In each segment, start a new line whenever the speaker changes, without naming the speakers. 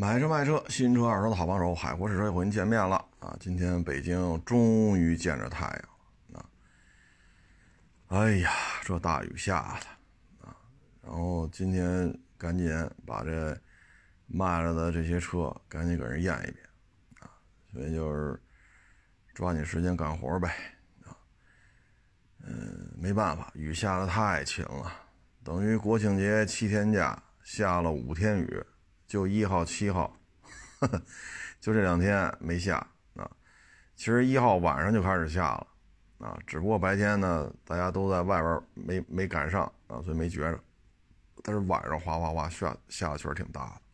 买车卖车，新车二手的好帮手，海阔试车又和您见面了啊！今天北京终于见着太阳啊！哎呀，这大雨下的啊！然后今天赶紧把这卖了的这些车赶紧给人验一遍啊！所以就是抓紧时间干活呗啊！没办法，雨下的太勤了，等于国庆节7天假下了5天雨。就1号、7号，就这2天没下啊。其实1号晚上就开始下了啊，只不过白天呢，大家都在外边没赶上啊，所以没觉着。但是晚上哗哗哗下的确实挺大的。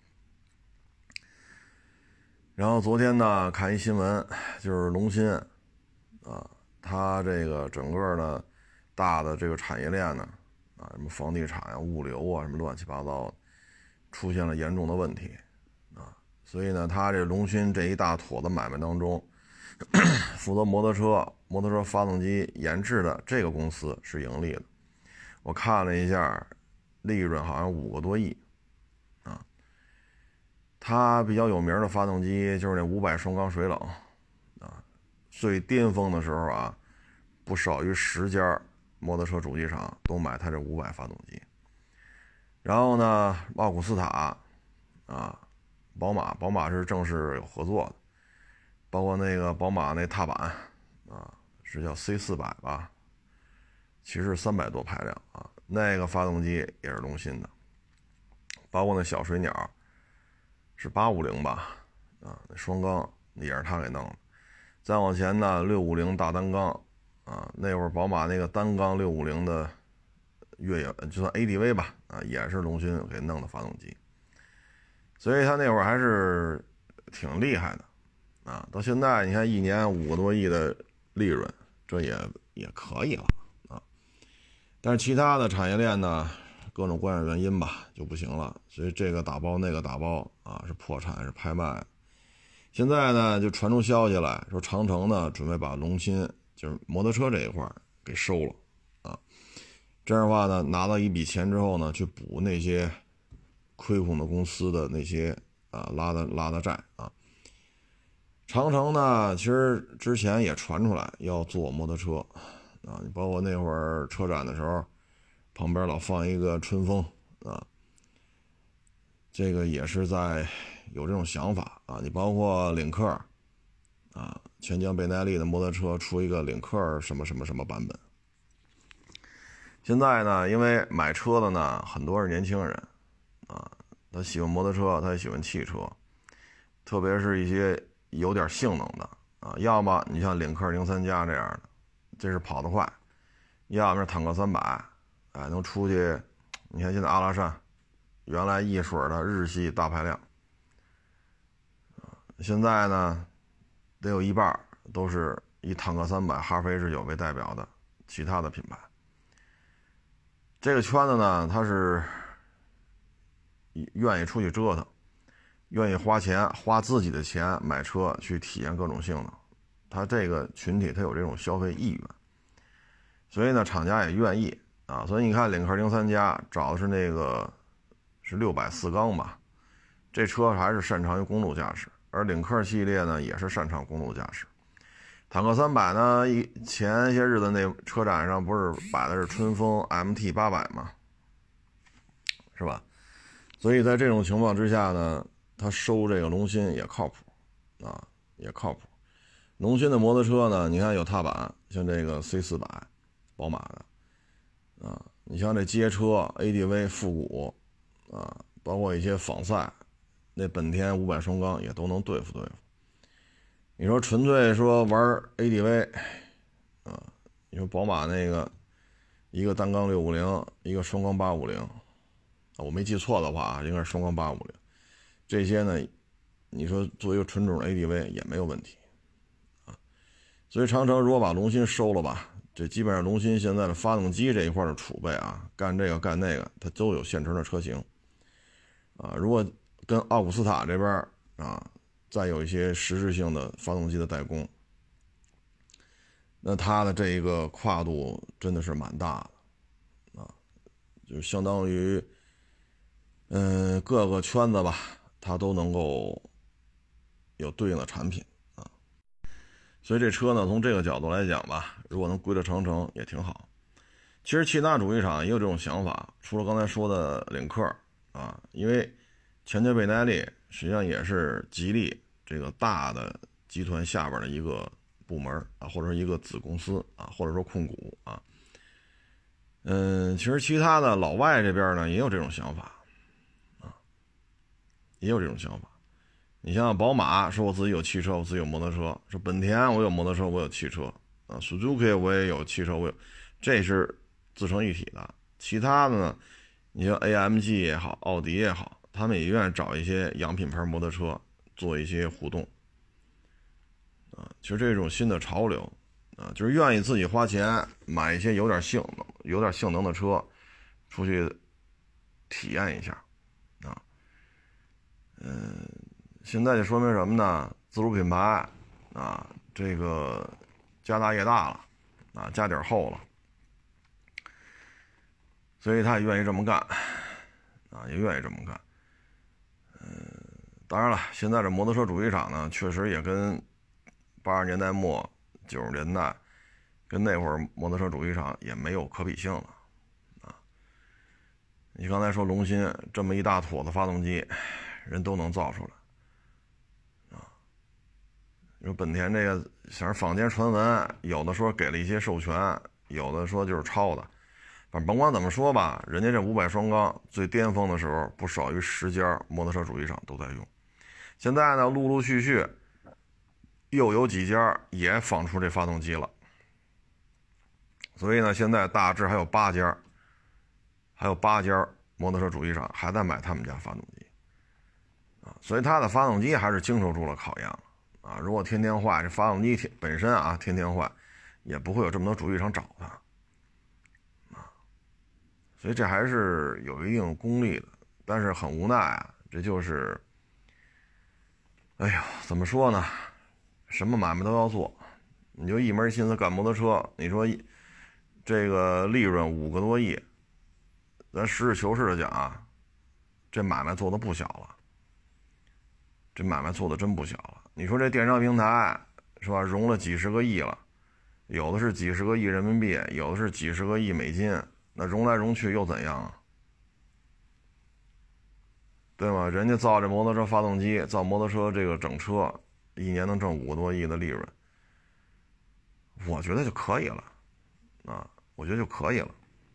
然后昨天呢，看一新闻，就是龙鑫啊，它这个整个呢大的这个产业链呢啊，什么房地产啊、物流啊，什么乱七八糟的。出现了严重的问题啊，所以呢，他这龙鑫这一大坨的买卖当中，负责摩托车发动机研制的这个公司是盈利的。我看了一下，利润好像5个多亿啊。它比较有名的发动机就是那500双缸水冷啊，最巅峰的时候啊，不少于10家摩托车主机厂都买它这500发动机。然后呢，奥古斯塔啊，宝马是正式有合作的，包括那个宝马那踏板啊，是叫 C400 吧，其实300多排量啊，那个发动机也是龙鑫的，包括那小水鸟是850吧，啊，那双缸也是他给弄的。再往前呢，650大单缸啊，那会儿宝马那个单缸650的。越野就算 ADV 吧啊，也是龙鑫给弄的发动机，所以他那会儿还是挺厉害的啊。到现在你看1年5个多亿的利润，这也可以了啊。但是其他的产业链呢，各种各样的原因吧就不行了，所以这个打包那个打包啊，是破产是拍卖。现在呢就传出消息来说，长城呢准备把龙鑫就是摩托车这一块给收了啊。这样的话呢，拿到一笔钱之后呢，去补那些亏空的公司的那些啊拉的债啊。长城呢，其实之前也传出来要做摩托车啊，你包括那会儿车展的时候，旁边老放一个春风啊，这个也是在有这种想法啊。你包括领克啊，全江倍耐力的摩托车出一个领克什么版本。现在呢，因为买车的呢很多是年轻人啊，他喜欢摩托车，他也喜欢汽车，特别是一些有点性能的啊，要么你像领克03加这样的，这是跑得快，要么是坦克300，哎，能出去。你看现在阿拉善，原来一水的日系大排量，现在呢得有一半都是以坦克300、哈弗 H9为代表的其他的品牌。这个圈子呢，他是愿意出去折腾，愿意花自己的钱买车去体验各种性能，他这个群体他有这种消费意愿，所以呢厂家也愿意啊。所以你看领克03加找的是那个是640缸吧，这车还是擅长于公路驾驶，而领克系列呢也是擅长公路驾驶。坦克300呢，前些日子那车展上不是摆的是春风 MT800 吗？是吧？所以在这种情况之下呢，他收这个龙鑫也靠谱啊，也靠谱。龙鑫的摩托车呢，你看有踏板，像这个 C400 宝马的啊，你像这街车 ADV 复古啊，包括一些仿赛，那本田500双缸也都能对付。你说纯粹说玩 ADV 啊，你说宝马那个一个单缸650，一个双缸850啊，我没记错的话应该是双缸850，这些呢你说作为一个纯种 ADV 也没有问题啊。所以长城如果把龙鑫收了吧，这基本上龙鑫现在的发动机这一块的储备啊，干这个干那个它都有现成的车型啊。如果跟奥古斯塔这边啊再有一些实质性的发动机的代工，那它的这一个跨度真的是蛮大的啊，就相当于各个圈子吧， 它都能够有对应的产品啊。所以这车呢，从这个角度来讲吧，如果能规得成也挺好。其实其他主机厂也有这种想法，除了刚才说的领克啊，因为前捷倍耐力实际上也是吉利这个大的集团下边的一个部门啊，或者说一个子公司啊，或者说控股啊。其实其他的老外这边呢也有这种想法啊，也有这种想法。你像宝马说我自己有汽车，我自己有摩托车；说本田我有摩托车，我有汽车啊 ，Suzuki 我也有汽车，我有，这是自成一体的。其他的呢，你像 AMG 也好，奥迪也好，他们也愿意找一些洋品牌摩托车做一些互动啊。其实这种新的潮流啊，就是愿意自己花钱买一些有点性能的车，出去体验一下啊。现在就说明什么呢？自主品牌啊，这个家大业大了啊，家底儿厚了，所以他也愿意这么干啊，也愿意这么干。当然了，现在这摩托车主机厂呢，确实也跟80年代末90年代跟那会儿摩托车主机厂也没有可比性了啊。你刚才说龙芯这么一大坨子发动机，人都能造出来。你说本田这个，像是坊间传闻，有的说给了一些授权，有的说就是抄的，反正甭管怎么说吧，人家这500双缸最巅峰的时候，不少于10家摩托车主机厂都在用。现在呢，陆陆续续又有几家也仿出这发动机了，所以呢，现在大致还有8家摩托车主机厂还在买他们家发动机啊，所以它的发动机还是经受住了考验了。啊，如果天天坏，这发动机本身啊天天坏，也不会有这么多主机厂找它啊，所以这还是有一定功力的，但是很无奈啊，这就是，哎呀，怎么说呢？什么买卖都要做，你就一门心思干摩托车，你说这个利润5个多亿，咱实事求是的讲啊，这买卖做的不小了，这买卖做的真不小了。你说这电商平台是吧，融了几十个亿了，有的是几十个亿人民币，有的是几十个亿美金，那融来融去又怎样啊？对吗？人家造这摩托车发动机，造摩托车这个整车，一年能挣5个多亿的利润，我觉得就可以了啊，我觉得就可以了。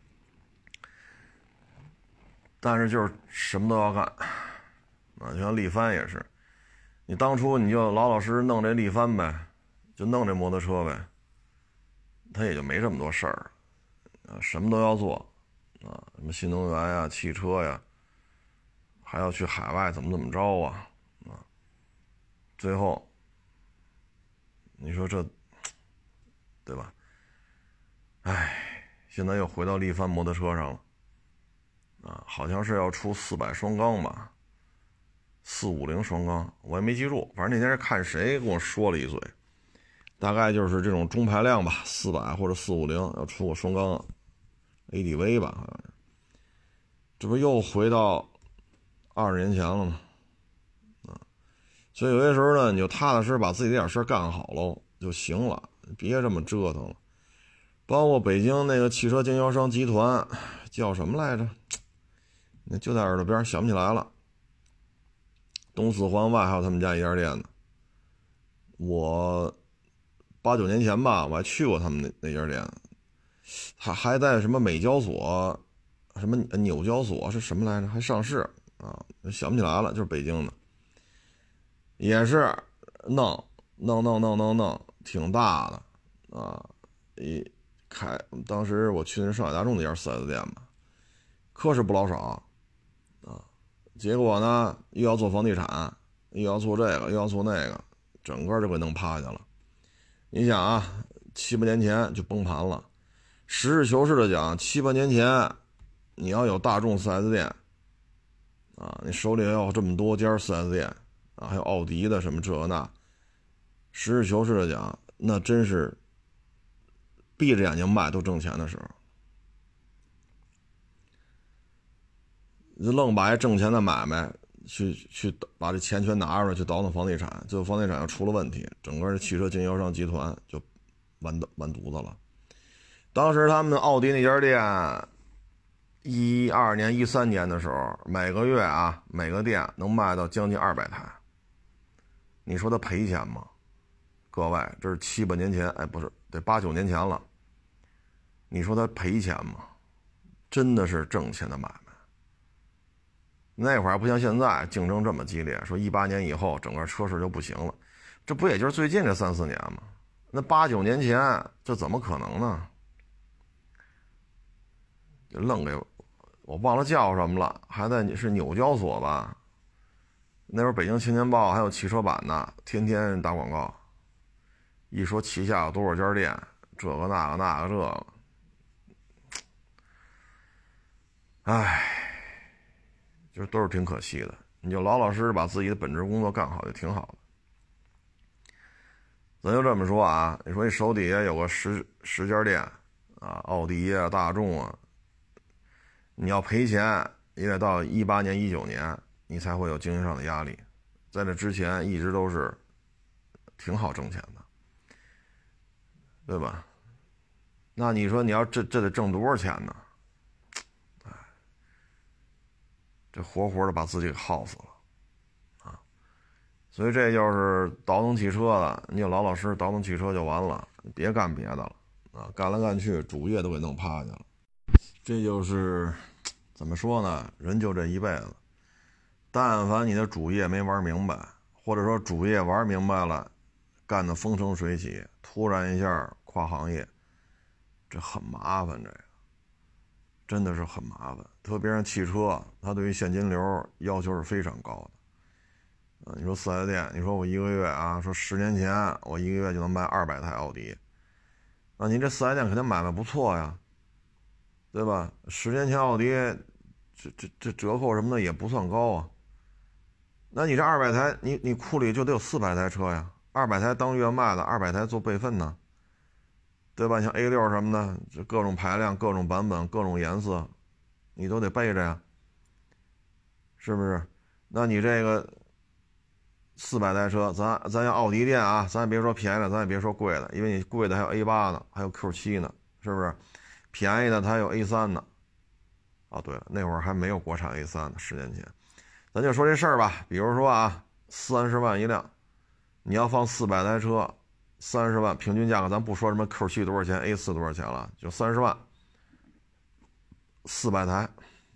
但是就是什么都要干啊，就像力帆也是。你当初你就老老实实弄这力帆呗，就弄这摩托车呗，他也就没这么多事儿啊，什么都要做啊，什么新能源呀、汽车呀，还要去海外怎么着啊，最后你说这，对吧？哎，现在又回到力帆摩托车上了啊，好像是要出400双缸吧。450双缸，我也没记住，反正那天是看谁跟我说了一嘴，大概就是这种中排量吧，400或者450要出个双缸 ADV 吧，好像是。这不又回到20年前了吗？啊，所以有些时候呢，你就踏踏实实把自己这点事干好喽就行了，别这么折腾了。包括北京那个汽车经销商集团叫什么来着？那就在耳朵边，想不起来了。东四环外还有他们家一家店呢，我8、9年前吧，我还去过他们那家店，还在什么美交所、什么纽交所是什么来着，还上市啊，想不起来了，就是北京的，也是弄，挺大的啊，当时我去的是上海大众那家 4S 店吧，可是不老少。结果呢，又要做房地产，又要做这个，又要做那个，整个就给弄趴下了。你想啊，7、8年前就崩盘了。实事求是的讲，7、8年前，你要有大众 4S 店啊，你手里要有这么多家 4S 店啊，还有奥迪的什么这那。实事求是的讲，那真是闭着眼睛卖都挣钱的时候。愣把挣钱的买卖去把这钱全拿出来去倒腾房地产，最后房地产又出了问题，整个汽车经销商集团就完犊子了。当时他们的奥迪那家店12年13年的时候，每个月啊每个店能卖到将近200台，你说他赔钱吗？各位，这是7、8年前，哎，不是，得8、9年前了。你说他赔钱吗？真的是挣钱的买卖。那会儿还不像现在竞争这么激烈，说18年以后整个车市就不行了，这不也就是最近这3、4年吗？那8、9年前这怎么可能呢？就愣给我忘了叫什么了，还在是纽交所吧？那会儿北京青年报还有汽车版呢，天天打广告，一说旗下有多少家店，这个那个这个，唉，就都是挺可惜的。你就老老实实把自己的本职工作干好就挺好的。咱就这么说啊，你说你手底下有个十家店啊，奥迪啊、大众啊，你要赔钱也得到18年、19年，你才会有经营上的压力。在这之前一直都是挺好挣钱的，对吧？那你说你要这得挣多少钱呢？哎，这活活的把自己给耗死了啊！所以这就是倒腾汽车的，你就老老实实倒腾汽车就完了，别干别的了啊！干来干去，主业都给弄趴下了。这就是怎么说呢？人就这一辈子，但凡你的主业没玩明白，或者说主业玩明白了，干得风生水起，突然一下跨行业，这很麻烦，这个真的是很麻烦。特别是汽车，它对于现金流要求是非常高的。你说四 S 店，你说我一个月啊，说10年前我一个月就能卖200台奥迪，那您这四 S 店肯定买卖不错呀，对吧？10年前奥迪这折扣什么的也不算高啊。那你这200台，你库里就得有400台车呀，200台当月卖的，200台做备份呢，对吧？像 A6 什么的，这各种排量、各种版本、各种颜色，你都得备着呀，是不是？那你这个400台车，咱像奥迪店啊，咱也别说便宜的，咱也别说贵的，因为你贵的还有 A8 呢，还有 Q7 呢，是不是？便宜的它还有 A3 呢。哦，对了，那会儿还没有国产 A3 呢，10年前。咱就说这事儿吧，比如说啊，30万一辆，你要放400台车，30万平均价格，咱不说什么 Q7 多少钱 ，A4 多少钱了，就30万，400台，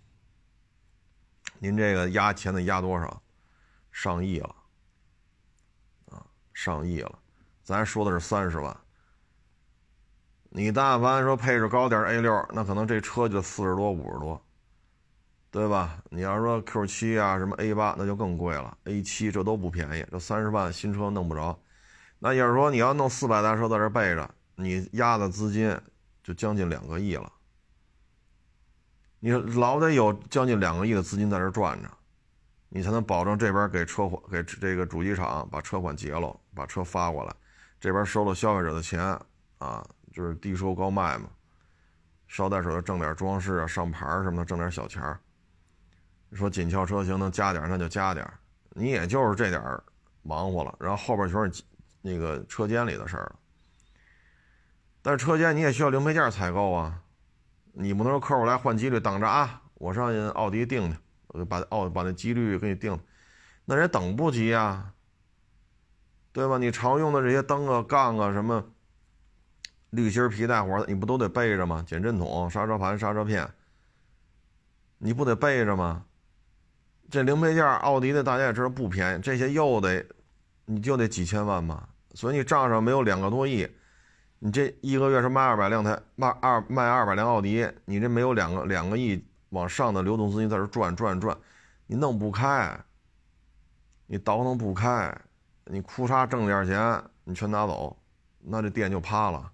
您这个压钱得压多少？上亿了啊，上亿了。咱说的是30万，你但凡说配置高点 A6，那可能这车就40多、50多。对吧？你要说 Q7 啊，什么 A8 那就更贵了 ，A7 这都不便宜，这30万新车弄不着。那也就是说，你要弄400台车在这备着，你压的资金就将近2个亿了。你老得有将近2个亿的资金在这转着，你才能保证这边给这个主机厂把车款结了，把车发过来，这边收了消费者的钱啊，就是低收高卖嘛，捎带手的挣点装饰啊、上牌什么的，挣点小钱儿。说紧俏车型能加点那就加点，你也就是这点忙活了，然后后边全是那个车间里的事儿了。但是车间你也需要零配件采购啊，你不能说客户来换机滤等着啊，我上奥迪订去，我就把那机滤给你订，那人等不及啊，对吧？你常用的这些灯啊、杠啊、什么滤芯皮带活，你不都得备着吗？减震筒、刹车盘、刹车片，你不得备着吗？这零配件奥迪的大家也知道不便宜，这些又得你就得几千万吧，所以你账上没有2个多亿，你这一个月是卖200辆台卖200辆奥迪，你这没有两个亿往上的流动资金在这转，你弄不开，你倒腾不开，你哭嚓挣点钱你全拿走，那这店就趴了。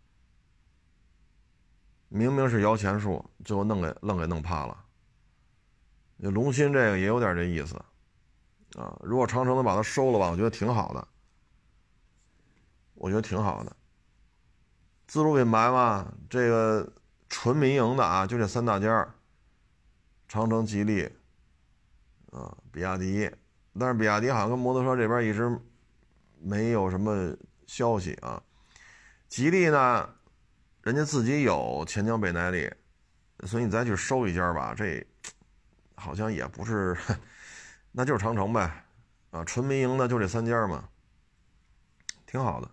明明是摇钱树，最后愣给弄趴了。龙芯这个也有点这意思啊，如果长城能把它收了吧，我觉得挺好的，自主品牌嘛，这个纯民营的啊，就这3大家，长城、吉利比亚迪，但是比亚迪好像跟摩托车这边一直没有什么消息啊。吉利呢，人家自己有前脚倍耐力，所以你再去收一家吧，这好像也不是，那就是长城呗，纯民营的就这3家嘛，挺好的，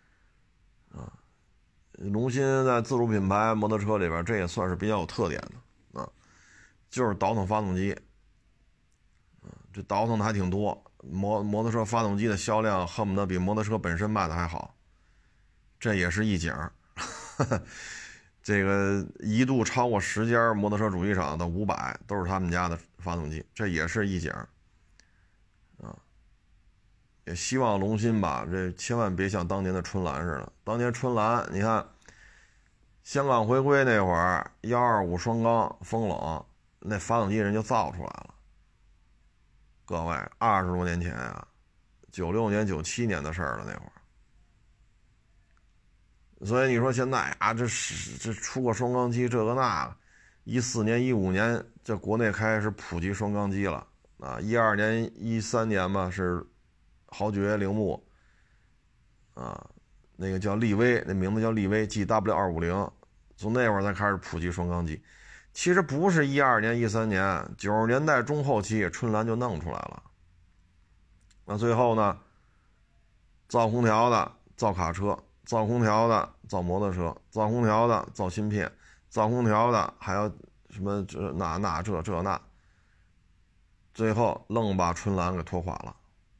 龙鑫在自主品牌摩托车里边，这也算是比较有特点的就是倒腾发动机，这倒腾的还挺多，摩托车发动机的销量恨不得比摩托车本身卖的还好，这也是一景。这个一度超过10家摩托车主机厂的500都是他们家的发动机，这也是一景也希望龙鑫吧，这千万别像当年的春兰似的。当年春兰，你看香港回归那会儿，125双缸风冷，那发动机人就造出来了。各位，20多年前啊，96年、97年的事儿了那会儿。所以你说现在啊，这出个双缸机，这个那个，14年、15年这国内开始普及双缸机了，12年、13年嘛是豪爵铃木那个叫力威，那名字叫力威 GW250，从那会儿才开始普及双缸机。其实不是12年、13年，90年代中后期春兰就弄出来了。那最后呢，造空调的造卡车，造空调的造摩托车，造空调的造芯片，造空调的还有什么这那，最后愣把春兰给拖垮了。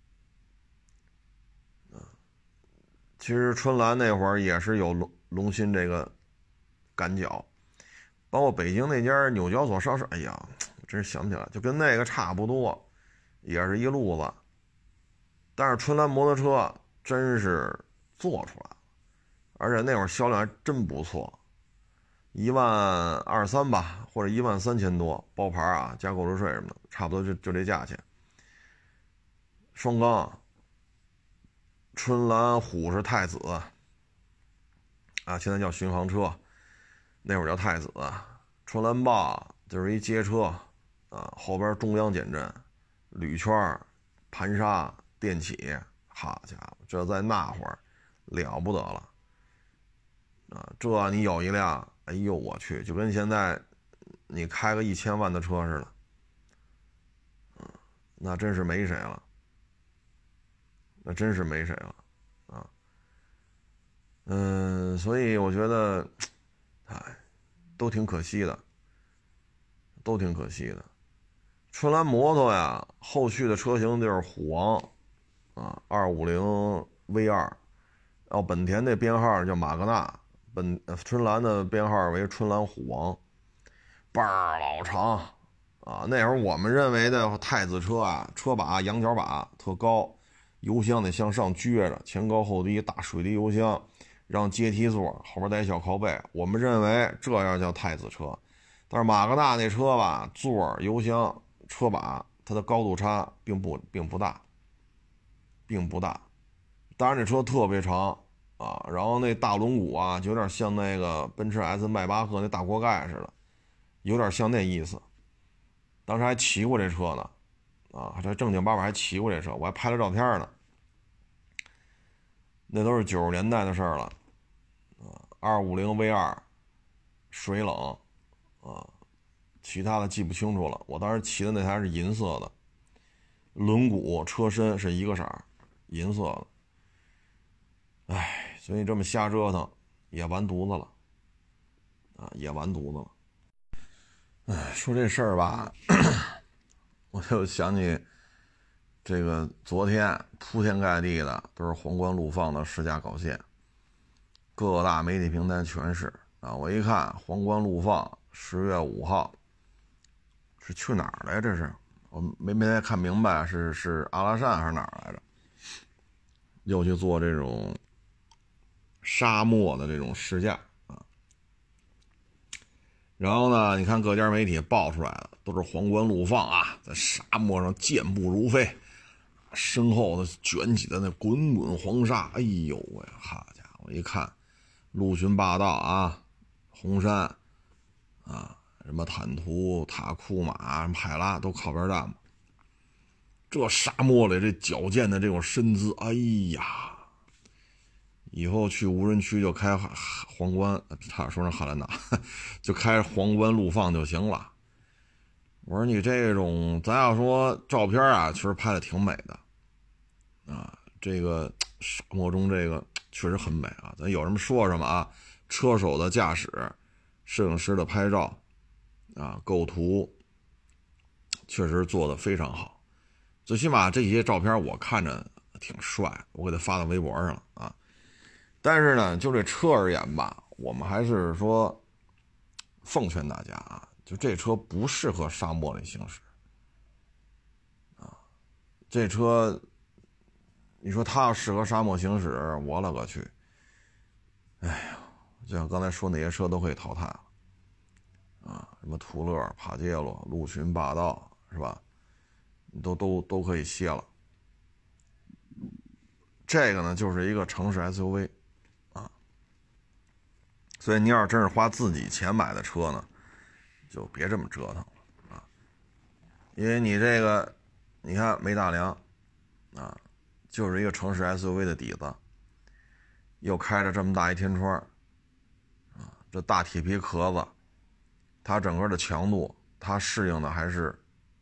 其实春兰那会儿也是有龙鑫这个赶脚，包括北京那家纽交所上市，哎呀，真是想不起来，就跟那个差不多，也是一路子。但是春兰摩托车真是做出来了，而且那会儿销量还真不错，12300吧，或者13000多，包牌加购置税什么的，差不多就这价钱。双缸，春兰虎是太子现在叫巡航车，那会儿叫太子。春兰豹就是一街车后边中央减震、铝圈、盘刹、电起，好家伙，这在那会儿了不得了这你有一辆，哎呦我去，就跟现在你开个1000万的车似的，那真是没谁了，所以我觉得，都挺可惜的，春兰摩托呀，后续的车型就是虎王250 V2，本田那编号叫马格纳，春兰的编号为春兰虎王，倍儿老长那会儿我们认为的太子车车把羊角把特高，油箱得向上撅着，前高后低，大水滴油箱，让阶梯座，后边带小靠背，我们认为这样叫太子车。但是马格纳那车吧，座、油箱、车把，它的高度差并不大。当然这车特别长然后那大轮毂就有点像那个奔驰 S 迈巴赫那大锅盖似的，有点像那意思。当时还骑过这车呢这正经八百还骑过这车，我还拍了照片呢。那都是90年代的事儿了250 V2 水冷其他的记不清楚了。我当时骑的那台是银色的，轮毂车身是一个色银色的。所以这么瞎折腾也完犊子了说这事儿吧我就想起这个昨天铺天盖地的都是皇冠陆放的试驾稿件，各大媒体平台全是我一看皇冠陆放10月5号是去哪儿来这是我没太看明白，是阿拉善还是哪儿来着，又去做这种沙漠的这种试驾然后呢你看各家媒体爆出来的都是皇冠陆放在沙漠上健步如飞，身后的卷起的那滚滚黄沙，哎呦喂，好家伙，一看陆巡霸道红山什么坦途、塔库马、什么海拉都靠边站嘛。 这沙漠里这矫健的这种身姿，哎呀，以后去无人区就开皇冠，差点说成汉兰达，就开皇冠陆放就行了。我说你这种，咱要说照片啊，确实拍的挺美的啊，这个沙漠中这个确实很美啊。咱有什么说什么啊，车手的驾驶，摄影师的拍照啊，构图确实做得非常好。最起码这些照片我看着挺帅，我给他发到微博上了啊。但是呢，就这车而言吧，我们还是说奉劝大家啊，就这车不适合沙漠里行驶啊。这车，你说它要适合沙漠行驶，我勒个去！哎呀，就像刚才说那些车都可以淘汰了啊，什么途乐、帕杰罗、陆巡、霸道，是吧？都可以歇了。这个呢，就是一个城市 SUV 啊，所以你要是真是花自己钱买的车呢，就别这么折腾了啊，因为你这个，你看没大梁啊，就是一个城市 SUV 的底子，又开着这么大一天窗啊，这大铁皮壳子，它整个的强度，它适应的还是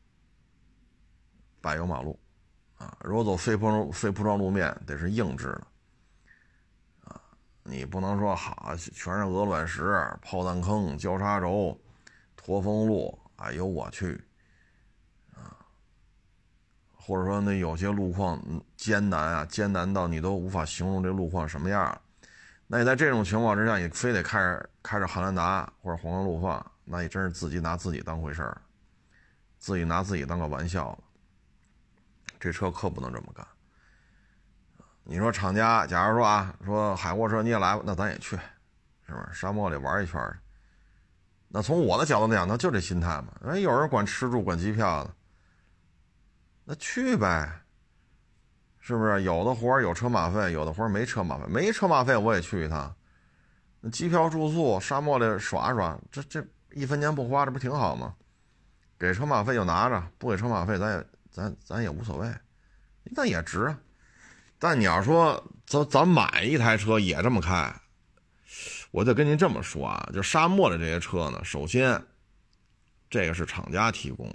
柏油马路啊，如果走非铺装路面，得是硬质的啊，你不能说好全是鹅卵石、炮弹坑、交叉轴、驼峰路，哎呦我去啊！或者说那有些路况艰难啊，艰难到你都无法形容这路况什么样。那你在这种情况之下，你非得开着汉兰达或者皇冠陆放，那你真是自己拿自己当回事儿，自己拿自己当个玩笑了。这车可不能这么干。你说厂家，假如说啊，说海货车你也来吧，那咱也去，是不是？沙漠里玩一圈。那从我的角度来讲，那就这心态嘛。哎，有人管吃住管机票的，那去呗，是不是？有的活有车马费，有的活没车马费，没车马费我也去一趟。那机票住宿，沙漠里耍耍，这1分钱不花，这不挺好吗？给车马费就拿着，不给车马费咱也无所谓，那也值啊。但你要说咱买一台车也这么开，我得跟您这么说啊，就沙漠的这些车呢，首先这个是厂家提供的，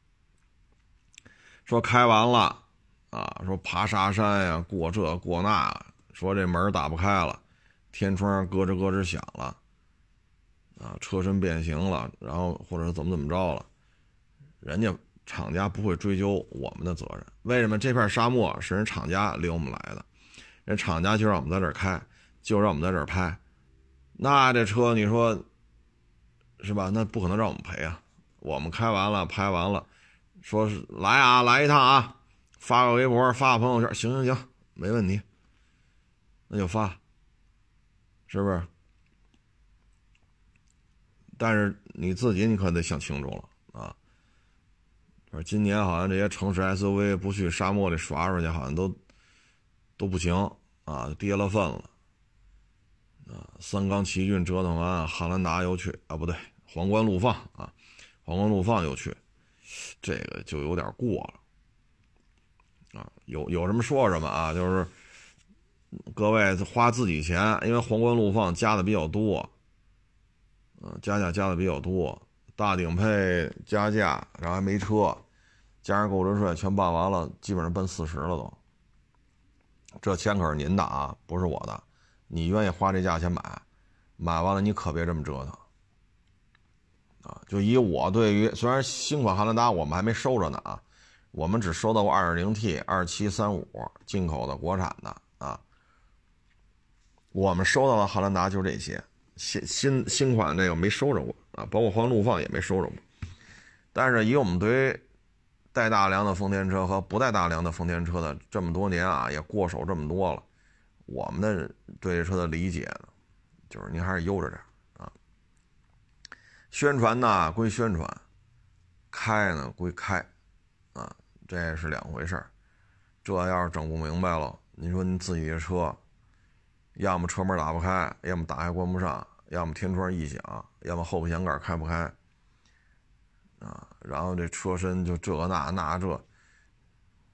说开完了啊，说爬沙山呀，过这过那，说这门打不开了，天窗咯吱咯吱响了啊，车身变形了，然后或者怎么着了，人家厂家不会追究我们的责任。为什么？这片沙漠是人厂家领我们来的，人厂家就让我们在这儿开，就让我们在这儿拍，那这车你说是吧？那不可能让我们赔啊。我们开完了拍完了，说是来一趟啊，发个微博发个朋友圈，行，没问题，那就发，是不是？但是你自己你可得想清楚了啊。今年好像这些城市 SUV 不去沙漠里耍去，好像都不行啊，跌了份了啊。三缸奇骏折腾完，汉兰达又去啊，不对，皇冠陆放啊，皇冠陆放又去，这个就有点过了啊。有什么说什么啊，就是各位花自己钱，因为皇冠陆放加的比较多，加价加的比较多，大顶配加价，然后还没车。加上购置税全办完了，基本上奔40了都。这钱可是您的啊，不是我的。你愿意花这价钱买完了你可别这么折腾啊！就以我对于，虽然新款汉兰达我们还没收着呢啊，我们只收到过 2.0T 2735进口的国产的啊。我们收到的汉兰达就这些，新款这个没收着过啊，包括皇陆放也没收着过。但是以我们对于带大梁的丰田车和不带大梁的丰田车的这么多年啊，也过手这么多了，我们的对这车的理解呢，就是您还是悠着点啊。宣传呢归宣传，开呢归开啊，这是两回事。这要是整不明白了，你说你自己的车，要么车门打不开，要么打开关不上，要么天窗异响，要么后备箱盖开不开啊，然后这车身就这这，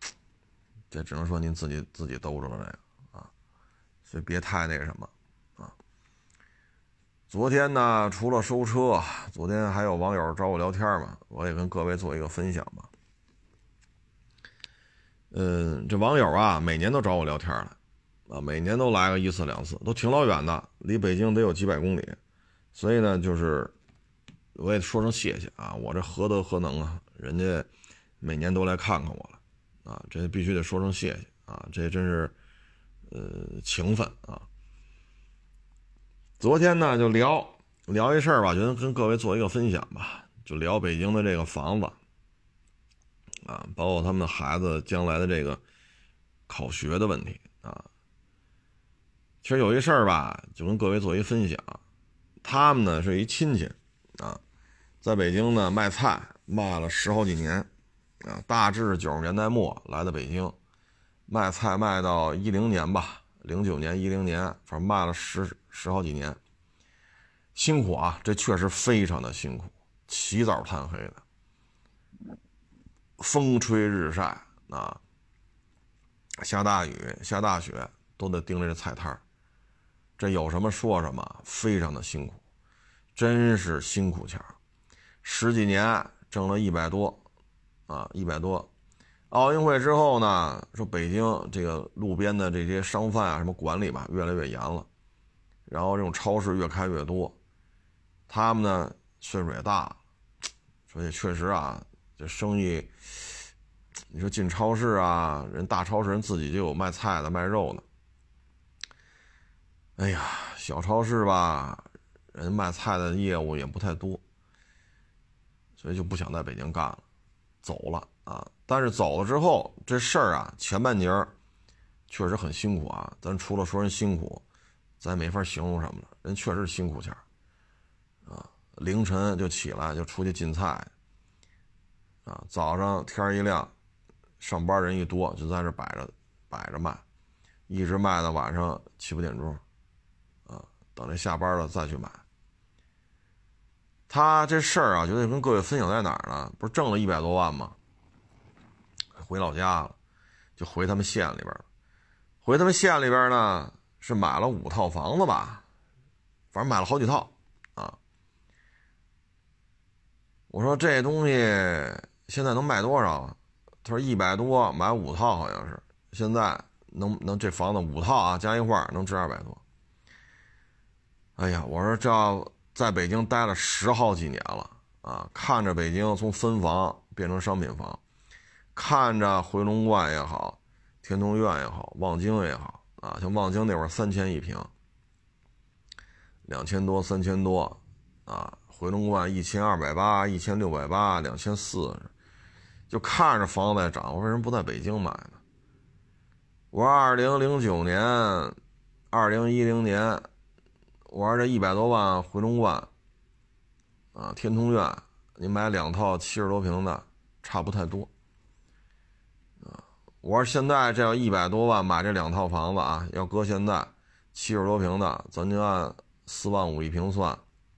这只能说您自己兜着了这个啊，所以别太那个什么啊。昨天呢，除了收车，昨天还有网友找我聊天嘛，我也跟各位做一个分享吧。这网友啊，每年都找我聊天了啊，每年都来个1次2次，都挺老远的，离北京得有几百公里，所以呢，就是我也说声谢谢啊，我这何德何能啊，人家每年都来看看我了啊，这必须得说声谢谢啊，这真是情分啊。昨天呢就聊一事儿吧，就跟各位做一个分享吧，就聊北京的这个房子啊，包括他们的孩子将来的这个考学的问题啊。其实有一事儿吧，就跟各位做一分享，他们呢是一亲戚啊，在北京呢卖菜卖了10好几年啊，大致90年代末来到北京卖菜，卖到10年吧，09年10年，反正卖了十好几年，辛苦啊，这确实非常的辛苦，起早贪黑的，风吹日晒啊，下大雨下大雪都得盯着这菜摊，这有什么说什么，非常的辛苦，真是辛苦钱，10几年挣了100多啊，100多。奥运会之后呢，说北京这个路边的这些商贩啊，什么管理吧，越来越严了，然后这种超市越开越多，他们呢岁数也大了，所以确实啊，这生意，你说进超市啊，人大超市人自己就有卖菜的卖肉的，哎呀，小超市吧，人卖菜的业务也不太多，所以就不想在北京干了，走了啊。但是走了之后，这事儿啊，前半截确实很辛苦啊。咱除了说人辛苦，咱没法形容什么了。人确实辛苦钱啊，凌晨就起来就出去进菜啊，早上天一亮，上班人一多就在这摆着卖，一直卖到晚上7、8点钟啊，等这下班了再去买。他这事儿啊，就得跟各位分享在哪儿呢？不是挣了100多万吗？回老家了，就回他们县里边了。回他们县里边呢，是买了5套房子吧，反正买了好几套啊。我说这东西现在能卖多少啊？他说100多买5套，好像是现在能这房子5套啊，加一块儿能值200多。哎呀，我说这要在北京待了10好几年了啊，看着北京从分房变成商品房。看着回龙观也好，天通苑也好，望京也好啊，像望京那会儿3000一平，2000多3000多啊，回龙观1280、1680、2400，就看着房子在涨，我为什么不在北京买呢？我2009年、2010年，我说这100多万回龙观啊，天通苑，你买2套70多平的，差不太多。我说现在这要100多万买这2套房子啊，要搁现在70多平的，咱就按4万5一平算。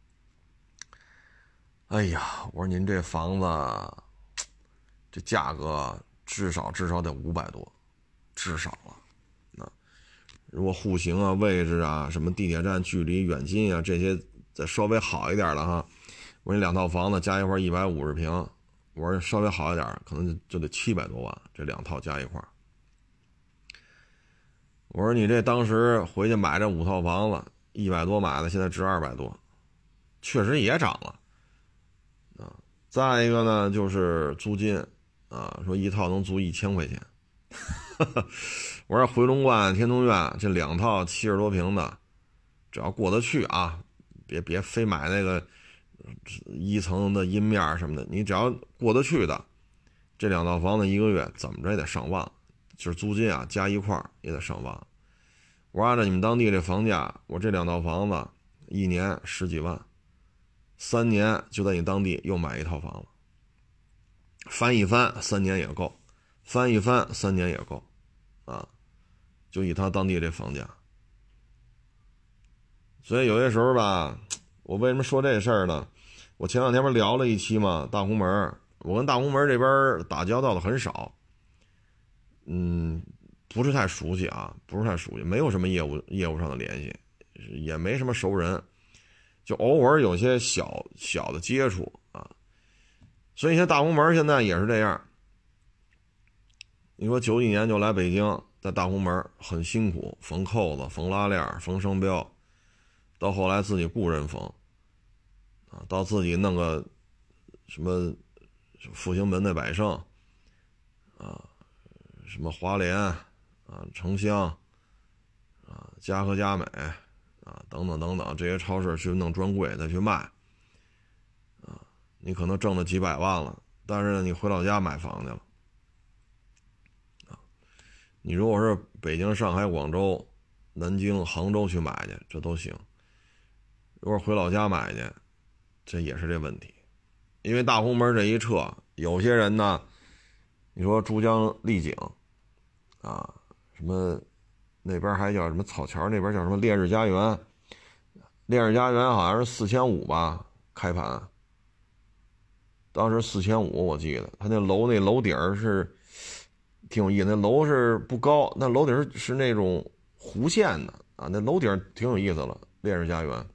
哎呀，我说您这房子这价格至少得500多，至少了。那如果户型啊、位置啊、什么地铁站距离、远近啊这些再稍微好一点的哈，我说你2套房子加一块150平。我说稍微好一点，可能就得700多万，这2套加一块。我说你这当时回去买这5套房子，100多买的，现在值200多，确实也涨了啊。再一个呢，就是租金啊，说一套能租1000块钱。我说回龙观、天通苑这2套70多平的，只要过得去啊，别非买那个1层的阴面什么的，你只要过得去的，这2套房子1个月怎么着也得上万，就是租金啊加一块也得上万。我按照你们当地这房价，我这2套房子1年10几万，3年就在你当地又买1套房了，翻一翻3年也够，翻一翻3年也够啊，就以他当地这房价。所以有些时候吧，我为什么说这事儿呢？我前2天不是聊了一期嘛，大红门，我跟大红门这边打交道的很少， 不是太熟悉啊，不是太熟悉，没有什么业务上的联系，也没什么熟人，就偶尔有些小的接触啊。所以现在大红门现在也是这样。你说91年就来北京，在大红门很辛苦，缝扣子、缝拉链、缝商标，到后来自己雇人缝啊，到自己弄个什么复兴门的百盛啊，什么华联啊、城乡啊、嘉和嘉美啊等等等等这些超市去弄专柜再去卖啊，你可能挣了几百万了，但是呢你回老家买房去了啊。你如果是北京、上海、广州、南京、杭州去买去，这都行。如果回老家买去，这也是这问题。因为大红门这一撤，有些人呢，你说珠江丽景啊，什么那边还叫什么草桥，那边叫什么烈日家园，烈日家园好像是4500吧开盘，当时4500我记得，他那楼顶是挺有意思，那楼是不高，那楼顶是那种弧线的啊，那楼顶挺有意思了，烈日家园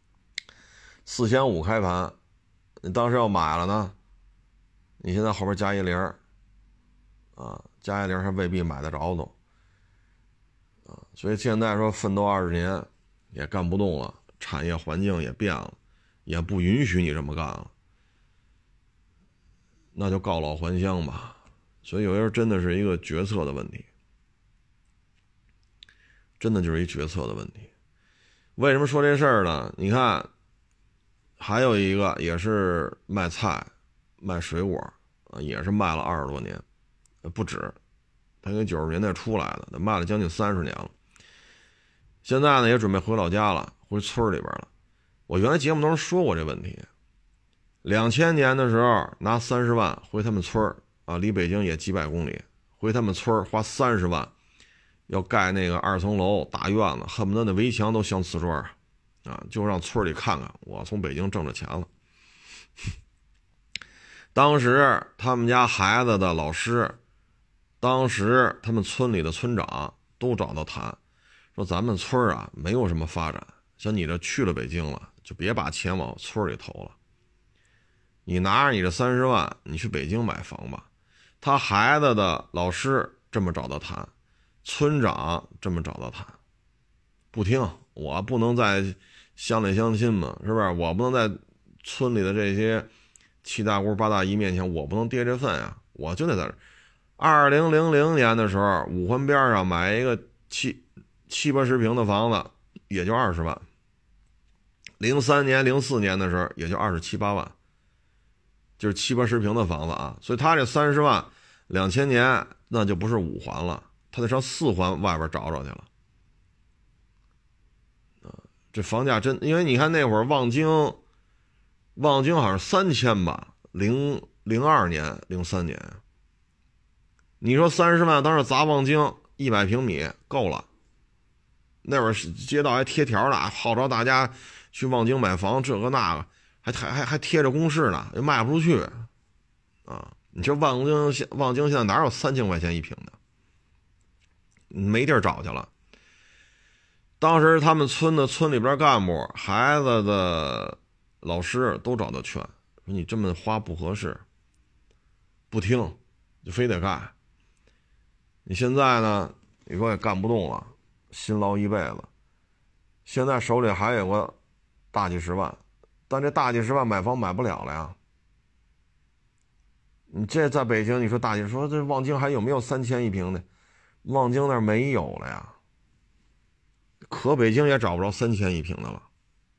4500开盘，你当时要买了呢，你现在后边加一零啊，加一零还未必买得着都啊，所以现在说奋斗20年也干不动了，产业环境也变了，也不允许你这么干了，那就告老还乡吧。所以有些时候真的是一个决策的问题，真的就是一决策的问题。为什么说这事儿呢？你看还有一个也是卖菜卖水果啊，也是卖了20多年，不止，他跟90年代出来的，卖了将近30年了。现在呢也准备回老家了，回村里边了。我原来节目当中说过这问题，2000年的时候拿30万回他们村啊，离北京也几百公里，回他们村花30万要盖那个2层楼大院子，恨不得那围墙都镶瓷砖啊，就让村里看看我从北京挣着钱了。当时他们家孩子的老师，当时他们村里的村长都找他谈，说咱们村啊没有什么发展，像你这去了北京了，就别把钱往村里投了，你拿着你这30万你去北京买房吧。他孩子的老师这么找他谈，村长这么找他谈，不听，我不能在乡里乡亲嘛，是不是？我不能在村里的这些七大姑八大姨面前，我不能跌这份啊，我就得在这。2000年的时候，5环边上买一个70-80平的房子也就20万，03年04年的时候也就27、8万，就是70-80平的房子啊。所以他这30万2000年那就不是5环了，他得上4环外边找去了。这房价真，因为你看那会儿望京好像3000吧，02年03年，你说30万当时砸望京100平米够了，那会儿街道还贴条呢，号召大家去望京买房，这个那个还贴着公示呢，又卖不出去啊！你说望京现在哪有3000块钱一平的，没地儿找去了。当时他们村里边干部、孩子的老师都找他劝，说你这么花不合适，不听，就非得干。你现在呢，你说也干不动了，辛劳一辈子，现在手里还有个大几十万，但这大几十万买房买不了了呀。你这在北京，你说大几，说这望京还有没有3000一平的？望京那儿没有了呀。可北京也找不着3000一平的了，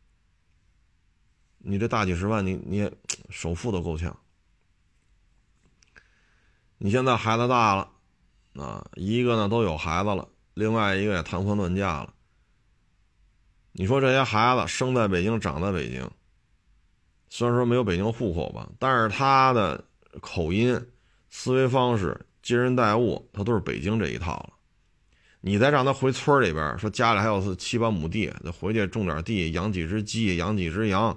你这大几十万，你也首付都够呛。你现在孩子大了啊，一个呢都有孩子了，另外一个也谈婚论嫁了。你说这些孩子生在北京长在北京，虽然说没有北京户口吧，但是他的口音、思维方式、接人待物，他都是北京这一套了。你再让他回村里边，说家里还有7、8亩地，再回去种点地，养几只鸡，养几只羊，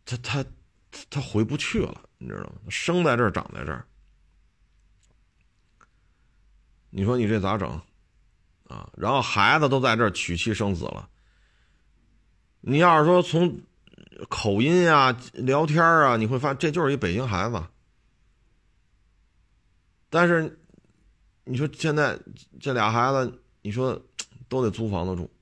他回不去了，你知道吗？生在这儿，长在这儿， 你说你这咋整啊？然后孩子都在这儿娶妻生子了，你要是说从口音啊、聊天啊，你会发现这就是一北京孩子。但是你说现在这俩孩子，你说都得租房子住，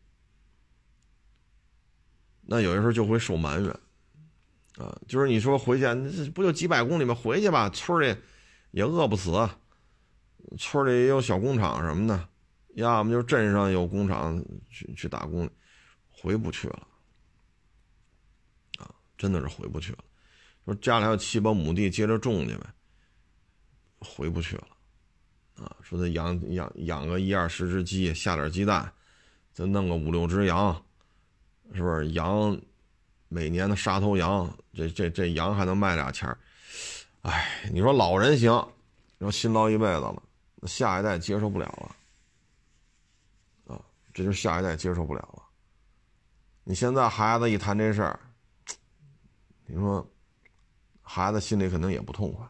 那有些时候就会受埋怨啊。就是你说回去，这不就几百公里吗？回去吧，村里也饿不死，村里也有小工厂什么的，要么就镇上有工厂去打工，回不去了啊，真的是回不去了。说家里还有7、8亩地接着种去呗，回不去了啊。说他养个1、20只鸡，下点鸡蛋，再弄个5、6只羊，是不是？羊每年的杀头羊，这羊还能卖俩钱儿。哎，你说老人行，你说辛劳一辈子了，那下一代接受不了了啊，这就是下一代接受不了了。你现在孩子一谈这事儿，你说孩子心里肯定也不痛快，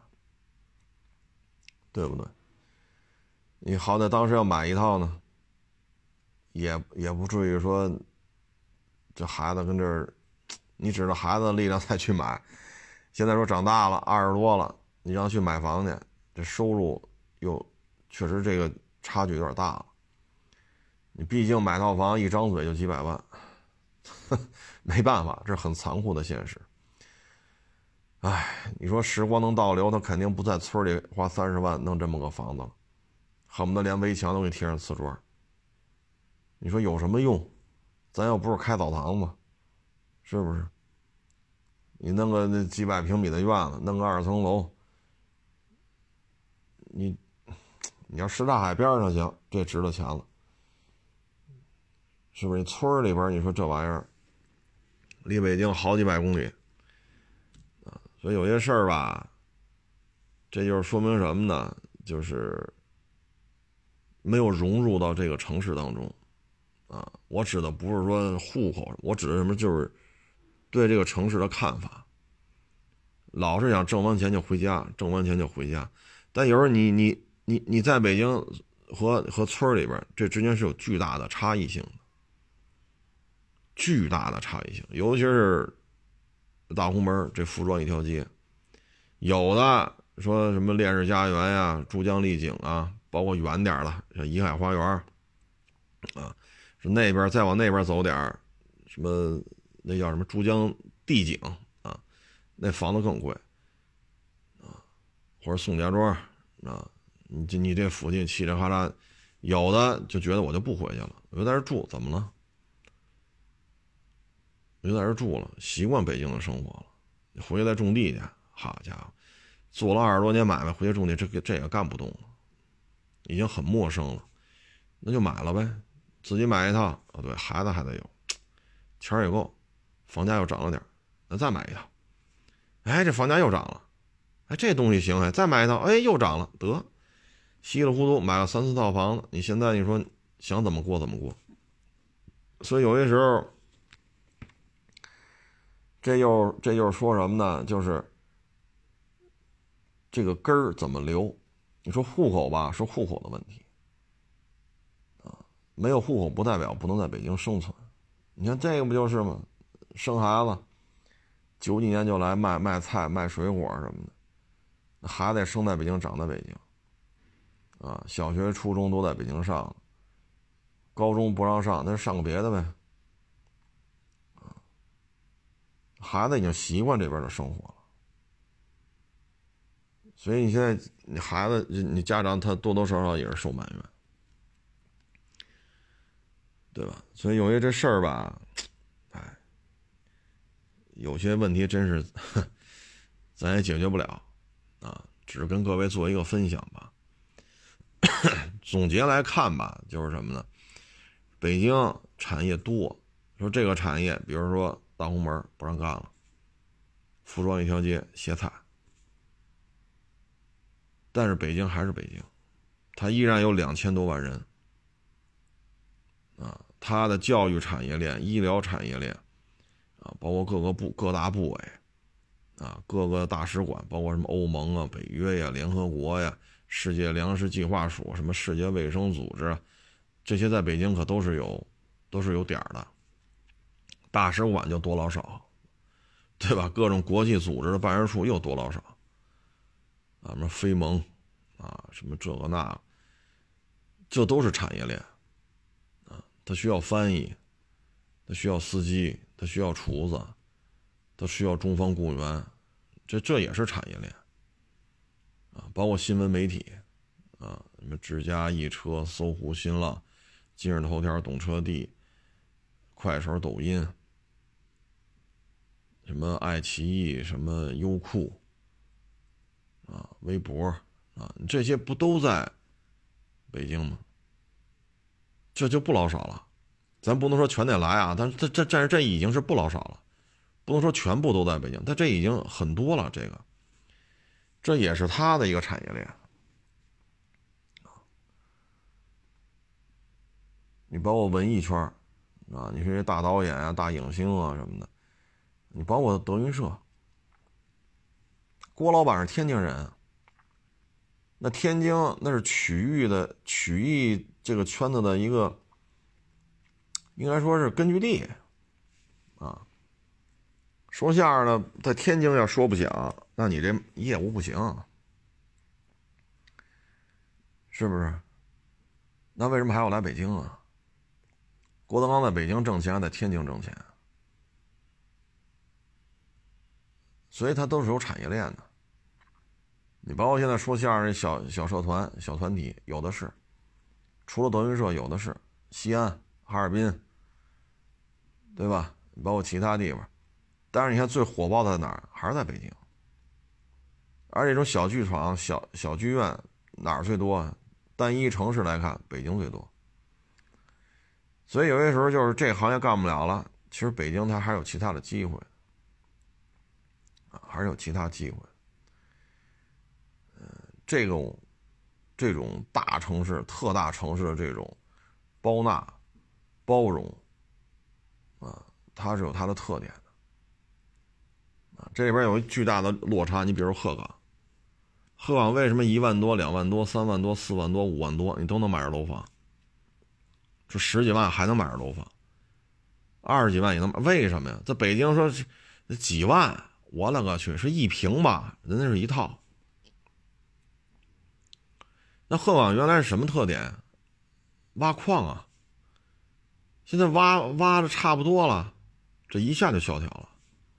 对不对？你好歹当时要买一套呢，也不至于说这孩子跟这儿，你指着孩子的力量再去买。现在说长大了20多了，你让去买房去，这收入又确实这个差距有点大了。你毕竟买套房一张嘴就几百万，没办法，这是很残酷的现实。哎，你说时光能倒流，他肯定不在村里花30万弄这么个房子了，恨不得连围墙都给贴上瓷砖。你说有什么用？咱又不是开澡堂子，是不是？你弄个那几百平米的院子，弄个2层楼，你要什刹海边上行，这值了钱了，是不是？你村里边你说这玩意儿离北京好几百公里啊，所以有些事儿吧，这就是说明什么呢？就是没有融入到这个城市当中啊。我指的不是说户口，我指的什么？就是对这个城市的看法。老是想挣完钱就回家，挣完钱就回家，但有时候你在北京和村里边，这之间是有巨大的差异性的，巨大的差异性。尤其是大红门这服装一条街，有的说什么烈士家园呀、珠江丽景啊，包括远点的像怡海花园啊，是那边再往那边走点什么那叫什么珠江帝景啊，那房子更贵啊，或者宋家庄啊，你这附近嘁哩喀喳，有的就觉得我就不回去了，我就在这住，怎么了？我就在这住了，习惯北京的生活了。回去再种地去，好家伙，做了20多年买卖，回去种地这也干不动了，已经很陌生了。那就买了呗，自己买一套啊，对，孩子还得有，钱也够，房价又涨了点，那再买一套。哎，这房价又涨了，哎，这东西行，哎，再买一套，哎，又涨了，得，稀里糊涂买了3、4套房子。你现在你说想怎么过怎么过。所以有些时候，这又说什么呢？就是这个根儿怎么留？你说户口吧，是户口的问题啊，没有户口不代表不能在北京生存。你看这个不就是吗？生孩子，90几年就来卖菜、卖水果什么的，那孩子也生在北京，长在北京啊，小学、初中都在北京上，高中不让上，那就上个别的呗。孩子已经习惯这边的生活了，所以你现在你孩子你家长他多多少少也是受埋怨，对吧？所以有些这事儿吧，哎，有些问题真是咱也解决不了啊，只是跟各位做一个分享吧。总结来看吧，就是什么呢？北京产业多，说这个产业，比如说大红门不让干了，服装一条街，鞋菜，但是北京还是北京，它依然有2000多万人啊，它的教育产业链、医疗产业链啊，包括各大部委啊，各个大使馆，包括什么欧盟啊、北约呀、联合国呀、 世界粮食计划署、什么世界卫生组织，这些在北京可都是有点的。大使馆就多老少，对吧？各种国际组织的办事处又多老少啊，什么非盟啊，什么这个那个，这都是产业链啊。它需要翻译，它需要司机，它需要厨子，它需要中方雇员，这也是产业链啊。包括新闻媒体啊，什么智家、易车、搜狐、新浪、今日头条、懂车帝、快手、抖音，什么爱奇艺，什么优酷啊，微博啊，这些不都在北京吗？这就不老少了。咱不能说全得来啊，但是这已经是不老少了，不能说全部都在北京，但这已经很多了。这也是它的一个产业链。你包括文艺圈啊，你说这大导演啊、大影星啊什么的，你包括德云社，郭老板是天津人，那天津那是曲艺这个圈子的一个，应该说是根据地啊。说相声的在天津要说不响，那你这业务不行，是不是？那为什么还要来北京啊？郭德纲在北京挣钱，还在天津挣钱，所以它都是有产业链的。你包括现在说相声小社团、小团体，有的是，除了德云社有的是，西安、哈尔滨，对吧？包括其他地方。但是你看最火爆的在哪儿？还是在北京。而这种小剧场、小剧院哪儿最多啊？单一城市来看，北京最多。所以有些时候就是这行业干不了了，其实北京它还有其他的机会啊，还是有其他机会。这种大城市、特大城市的这种包纳、包容啊，它是有它的特点的啊。这里边有一巨大的落差，你比如鹤岗为什么1万多、2万多、3万多、4万多、5万多，你都能买着楼房？这10几万还能买着楼房，20几万也能买，为什么呀？在北京说几万，我勒个去，是1平吧？人家是一套。那鹤岗原来是什么特点？挖矿啊，现在挖的差不多了，这一下就萧条了。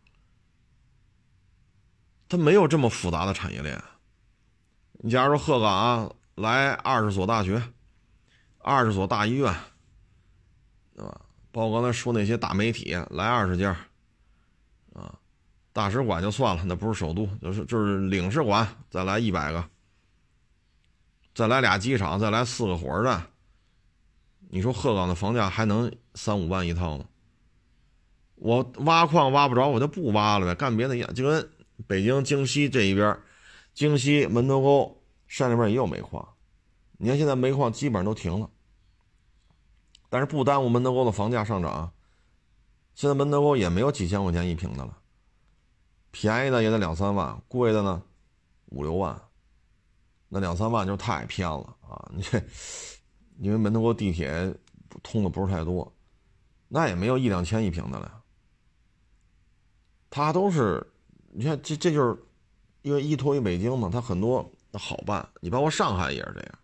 它没有这么复杂的产业链。你假如说鹤岗啊，来20所大学，20所大医院，对吧？包括刚才说那些大媒体来20家啊，大使馆就算了，那不是首都，就是领事馆再来100个，再来俩机场，再来4个火车站，你说鹤岗的房价还能3、5万一套吗？我挖矿挖不着，我就不挖了呗，干别的一样。就跟北京京西这一边，京西门头沟山里边也有煤矿，你看现在煤矿基本上都停了，但是不耽误门头沟的房价上涨。现在门头沟也没有几千块钱1平的了，便宜的也得2、3万，贵的呢5、6万。那2、3万就太偏了啊！你这因为门头沟地铁通的不是太多，那也没有1、2千1平的了。它都是，你看这就是因为依托于北京嘛，它很多好办。你包括上海也是这样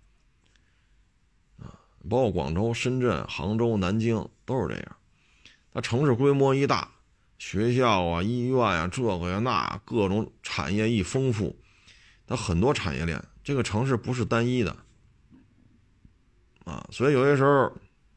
啊，包括广州、深圳、杭州、南京都是这样。它城市规模一大，学校啊、医院啊，这个呀那各种产业一丰富，它很多产业链。这个城市不是单一的啊，所以有些时候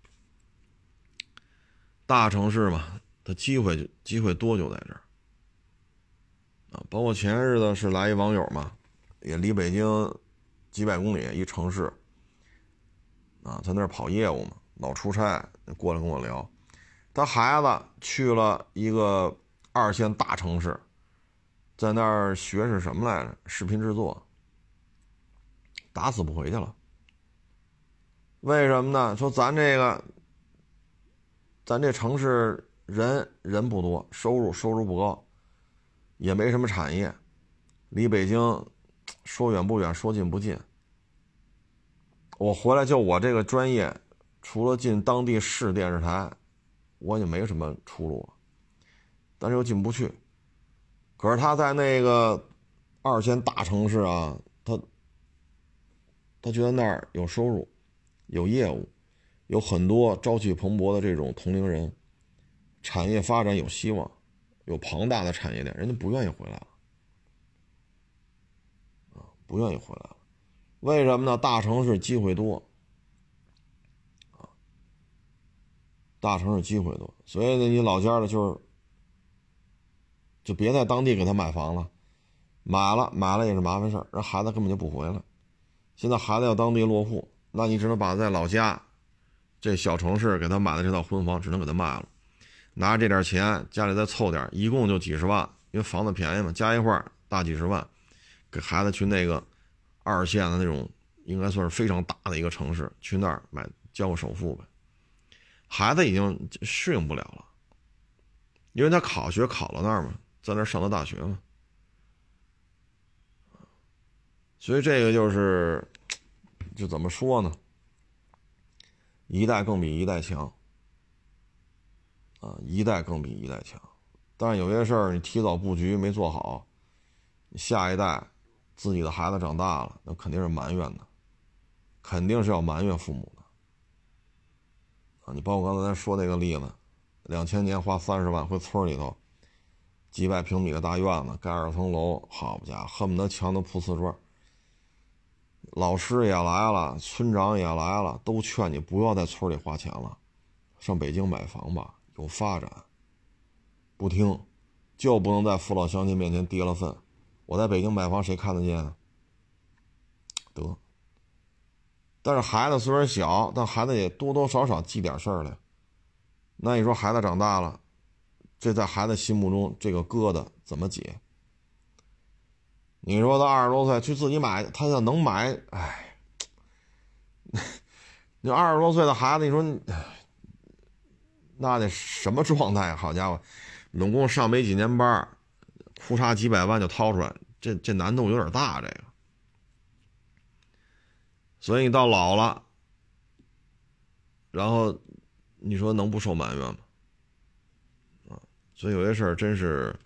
大城市嘛，它机会多就在这儿啊。包括前日子是来一网友嘛，也离北京几百公里一城市啊，在那儿跑业务嘛，老出差过来跟我聊，他孩子去了一个2线大城市，在那儿学是什么来着？视频制作，打死不回去了。为什么呢？说咱这城市人不多，收入不高，也没什么产业，离北京说远不远，说近不近。我回来就我这个专业，除了进当地市电视台，我也没什么出路了，但是又进不去。可是他在那个2线大城市啊，他觉得那儿有收入，有业务，有很多朝气蓬勃的这种同龄人，产业发展有希望，有庞大的产业链，人家不愿意回来了，不愿意回来了。为什么呢？大城市机会多，大城市机会多，所以呢，你老家的就别在当地给他买房了，买了也是麻烦事儿，人孩子根本就不回来。现在孩子要当地落户，那你只能把在老家这小城市给他买的这套婚房只能给他卖了，拿这点钱家里再凑点，一共就几十万，因为房子便宜嘛，加一块大几十万，给孩子去那个2线的那种应该算是非常大的一个城市，去那儿交个首付呗。孩子已经适应不了了，因为他考学考了那儿嘛，在那儿上的大学嘛，所以这个就怎么说呢？一代更比一代强啊，一代更比一代强。但是有些事儿你提早布局没做好，下一代自己的孩子长大了，那肯定是埋怨的，肯定是要埋怨父母的啊。你包括刚才咱说那个例子，2000年花30万回村里头几百平米的大院子盖2层楼，好家伙，恨不得墙都铺瓷砖。老师也来了，村长也来了，都劝你不要在村里花钱了，上北京买房吧，有发展。不听，就不能在父老乡亲面前跌了份。我在北京买房谁看得见啊？得。但是孩子虽然小，但孩子也多多少少记点事儿来。那你说孩子长大了，这在孩子心目中这个疙瘩怎么解？你说他20多岁去自己买，他要能买，哎，你20多岁的孩子，你说那得什么状态？好家伙，拢共上没几年班，哭嚓几百万就掏出来，这难度有点大，这个。所以你到老了，然后你说能不受埋怨吗？所以有些事儿真是，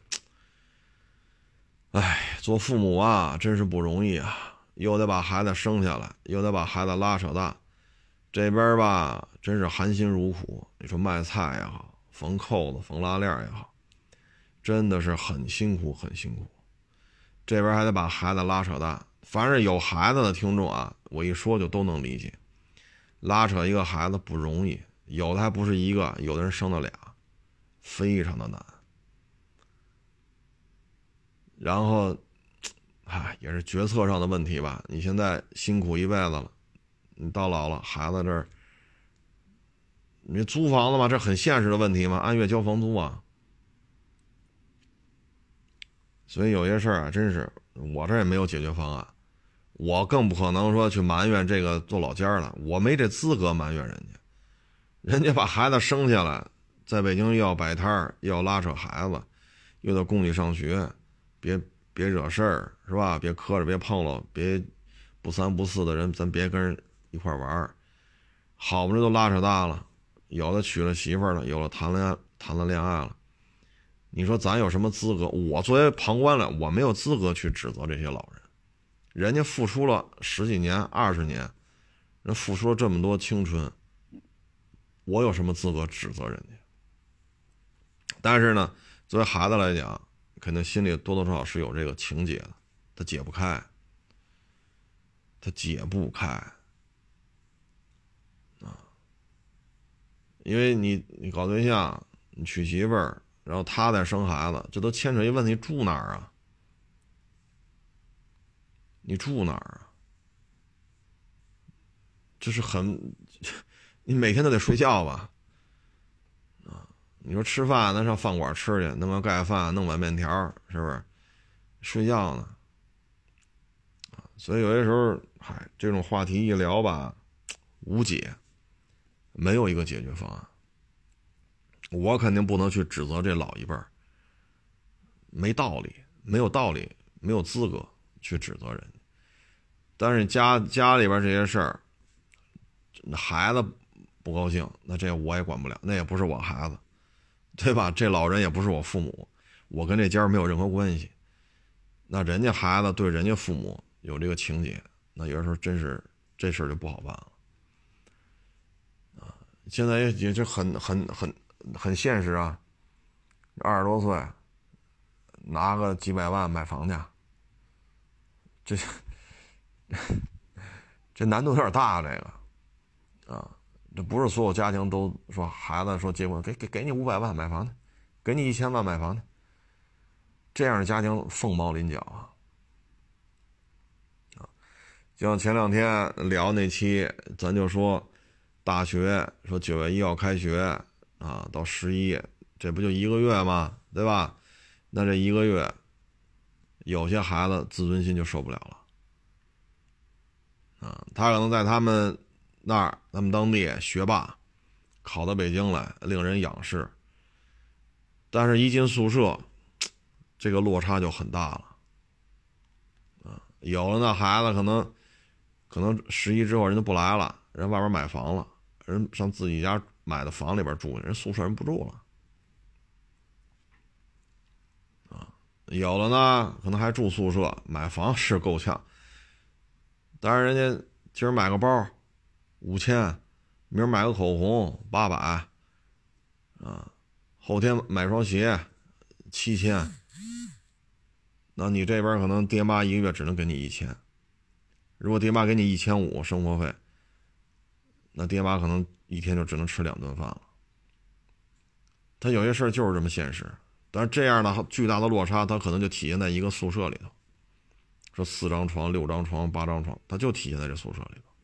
哎，做父母啊，真是不容易啊，又得把孩子生下来，又得把孩子拉扯大，这边吧，真是含辛茹苦。你说卖菜也好，缝扣子、缝拉链也好，真的是很辛苦，很辛苦。这边还得把孩子拉扯大，凡是有孩子的听众啊，我一说就都能理解。拉扯一个孩子不容易，有的还不是一个，有的人生了俩，非常的难。然后，也是决策上的问题吧。你现在辛苦一辈子了，你到老了，孩子这儿，你租房子嘛，这很现实的问题嘛，按月交房租啊。所以有些事儿啊，真是我这也没有解决方案，我更不可能说去埋怨这个做老家的，我没这资格埋怨人家。人家把孩子生下来，在北京又要摆摊又要拉扯孩子，又得供你上学，别惹事儿是吧？别磕着，别碰了，别不三不四的人，咱别跟人一块玩。好不容易都拉扯大了，有的娶了媳妇了，有的谈了恋爱了。你说咱有什么资格？我作为旁观了，我没有资格去指责这些老人。人家付出了10几年、20年，人付出了这么多青春，我有什么资格指责人家？但是呢，作为孩子来讲，肯定心里多多少少是有这个情结的，他解不开，因为你搞对象，你娶媳妇儿，然后他再生孩子，这都牵扯一问题，住哪儿啊？你住哪儿啊？这是你每天都得睡觉吧？你说吃饭，咱上饭馆吃去，弄个盖饭，弄碗面条，是不是？睡觉呢？所以有些时候，这种话题一聊吧，无解，没有一个解决方案。我肯定不能去指责这老一辈儿，没道理，没有道理，没有资格去指责人家。 但是家里边这些事儿，孩子不高兴，那这我也管不了，那也不是我孩子，对吧？这老人也不是我父母，我跟这家没有任何关系。那人家孩子对人家父母有这个情节，那有的时候真是这事儿就不好办了啊。现在也就很现实啊，20多岁拿个几百万买房去，这难度有点大，这个啊，这不是所有家庭都说孩子说结婚给你500万买房去，给你1000万买房去，这样的家庭凤毛麟角啊。就像前2天聊那期，咱就说大学说9月1号开学啊，到11，这不就1个月吗？对吧？那这1个月，有些孩子自尊心就受不了了啊。他可能在他们那儿，他们当地学霸，考到北京来，令人仰视。但是一进宿舍，这个落差就很大了啊。有了那孩子可能11之后人就不来了，人外边买房了，人上自己家买的房里边住，人宿舍人不住了啊。有了呢，可能还住宿舍，买房是够呛，但是人家今儿买个包5000，明儿买个口红800啊，后天买双鞋7000，那你这边可能爹妈1个月只能给你1000。如果爹妈给你1500生活费，那爹妈可能一天就只能吃2顿饭了。他有些事儿就是这么现实，但是这样的巨大的落差，它可能就体现在一个宿舍里头。说4张床、6张床、8张床，它就体现在这宿舍里头。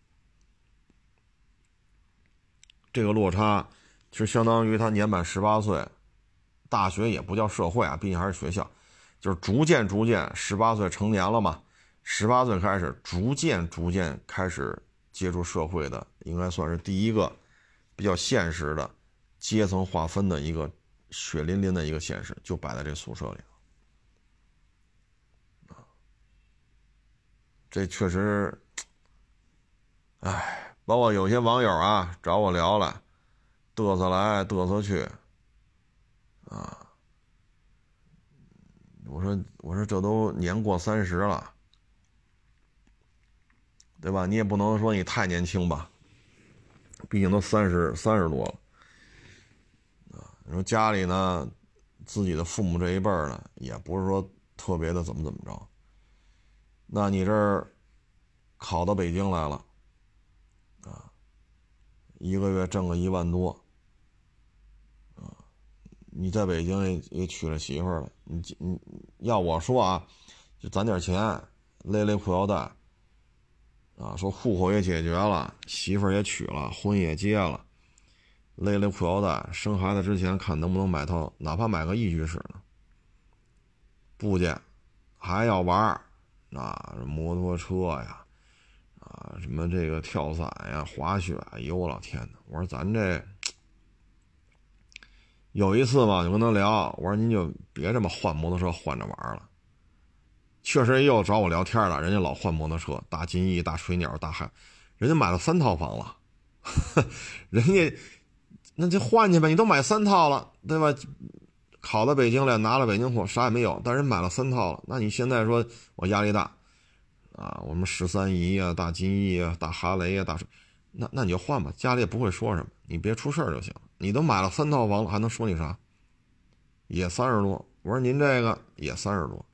这个落差其实相当于他年满18岁，大学也不叫社会啊，毕竟还是学校，就是逐渐18岁成年了嘛。18岁开始逐渐开始接触社会的，应该算是第一个比较现实的阶层划分的一个血淋淋的一个现实，就摆在这宿舍里头。这确实，包括有些网友啊找我聊了，嘚瑟来嘚瑟去啊，我说这都年过30了，对吧？你也不能说你太年轻吧，毕竟都30多了啊。你说家里呢，自己的父母这一辈儿呢，也不是说特别的怎么着。那你这儿考到北京来了啊，1个月挣个1万多啊，你在北京也娶了媳妇了，你要我说啊，就攒点钱，勒裤腰带啊，说户口也解决了，媳妇也娶了，婚也结了，勒裤腰带，生孩子之前看能不能买套，哪怕买个1居室呢，不介，还要玩啊，摩托车呀，啊，什么这个跳伞呀、滑雪，哎呦我老天哪！我说咱这有一次嘛，就跟他聊，我说您就别这么换摩托车换着玩了。确实又找我聊天了，人家老换摩托车，大金翼、大水鸟、大海，人家买了3套房了，人家那就换去呗，你都买3套了，对吧？考到北京来，拿了北京户，啥也没有，但人买了3套了，那你现在说我压力大啊，我们13姨啊、大金翼啊、大哈雷啊、那你就换吧，家里也不会说什么，你别出事儿就行。你都买了3套房了，还能说你啥？也30多，我说您这个也30多，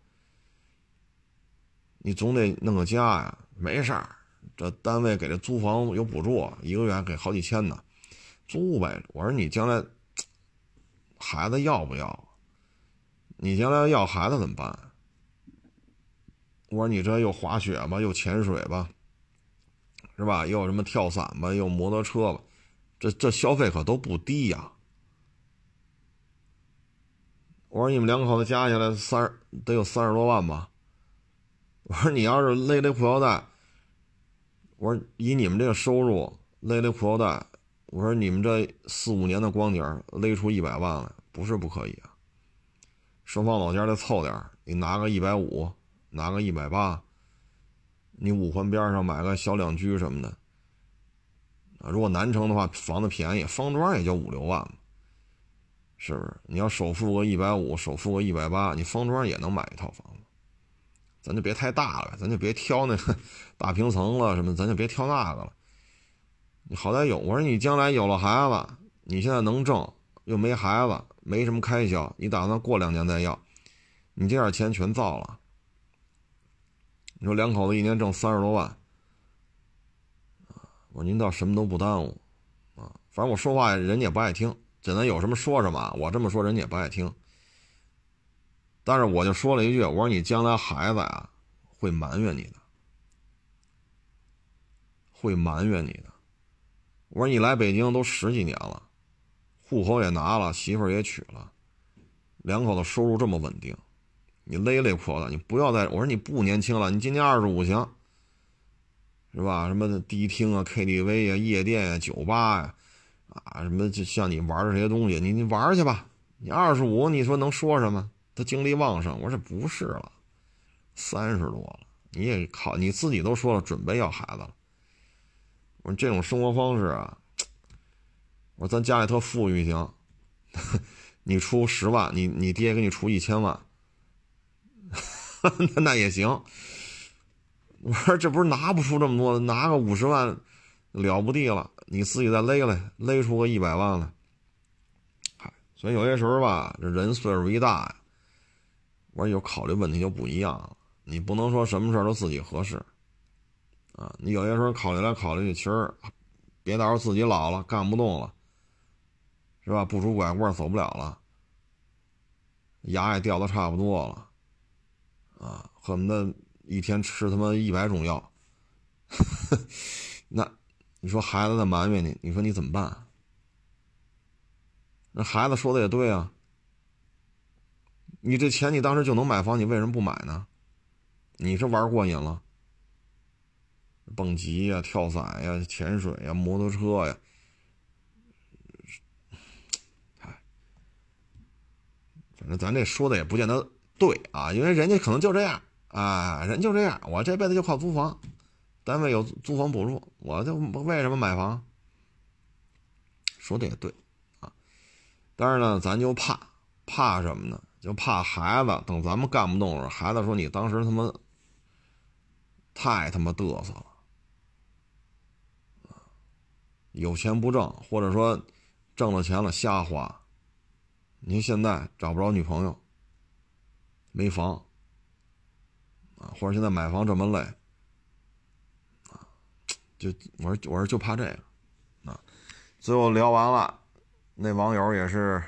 你总得弄个家呀。没事儿，这单位给这租房有补助，1个月还给好几千呢，租呗。我说你将来孩子要不要？你将来要孩子怎么办？我说你这又滑雪吧，又潜水吧，是吧？又有什么跳伞吧，又摩托车吧，这消费可都不低呀。我说你们2口子加起来得有30多万吧。我说你要是勒裤腰带，我说以你们这个收入勒裤腰带，我说你们这4、5年的光景勒出100万来，不是不可以啊。双方老家再凑点，你拿个150，拿个180， 你五环边上买个小两居什么的啊，如果南城的话，房子便宜，方庄也就5、6万嘛，是不是？你要首付个150，首付个180，你方庄也能买一套房子。咱就别太大了，咱就别挑那个大平层了什么，咱就别挑那个了。你好歹有，我说你将来有了孩子，你现在能挣，又没孩子，没什么开销，你打算过2年再要，你这点钱全造了。你说两口子一年挣30多万，我说您倒什么都不耽误啊。反正我说话人家也不爱听，真的有什么说什么，我这么说人家也不爱听。但是我就说了一句，我说你将来孩子啊会埋怨你的，会埋怨你的。我说你来北京都10几年了，户口也拿了，媳妇儿也娶了，两口子收入这么稳定，你勒勒扩的，你不要再，我说你不年轻了，你今年25行，是吧？什么迪厅啊、KTV 啊、夜店啊、酒吧呀、什么就像你玩的这些东西，你玩去吧。你25，你说能说什么？他精力旺盛。我说这不是了，30多了，你也考，你自己都说了准备要孩子了。我说这种生活方式啊，我说咱家里特富裕行，你出10万，你爹给你出1000万，那也行。我说这不是拿不出这么多，拿个50万了不地了，你自己再勒出个100万来。所以有些时候吧，这人岁数一大呀，我说有考虑问题就不一样了。你不能说什么事都自己合适啊，你有些时候考虑来考虑去，其实别到时候自己老了干不动了，是吧？不拄拐棍走不了了，牙也掉的差不多了啊，恨不得一天吃他妈100种药。那你说孩子在埋怨你，你说你怎么办？那孩子说的也对啊，你这钱你当时就能买房，你为什么不买呢？你是玩过瘾了，蹦极呀、跳伞呀、潜水呀、摩托车呀，反正咱这说的也不见得对啊，因为人家可能就这样啊，人就这样，我这辈子就靠租房，单位有租房补助，我就为什么买房？说的也对啊，但是呢，咱就怕什么呢？就怕孩子等咱们干不动了，孩子说你当时他妈太他妈嘚瑟了，有钱不挣，或者说挣了钱了瞎花。您现在找不着女朋友，没房啊，或者现在买房这么累啊，我说就怕这个啊。最后聊完了，那网友也是，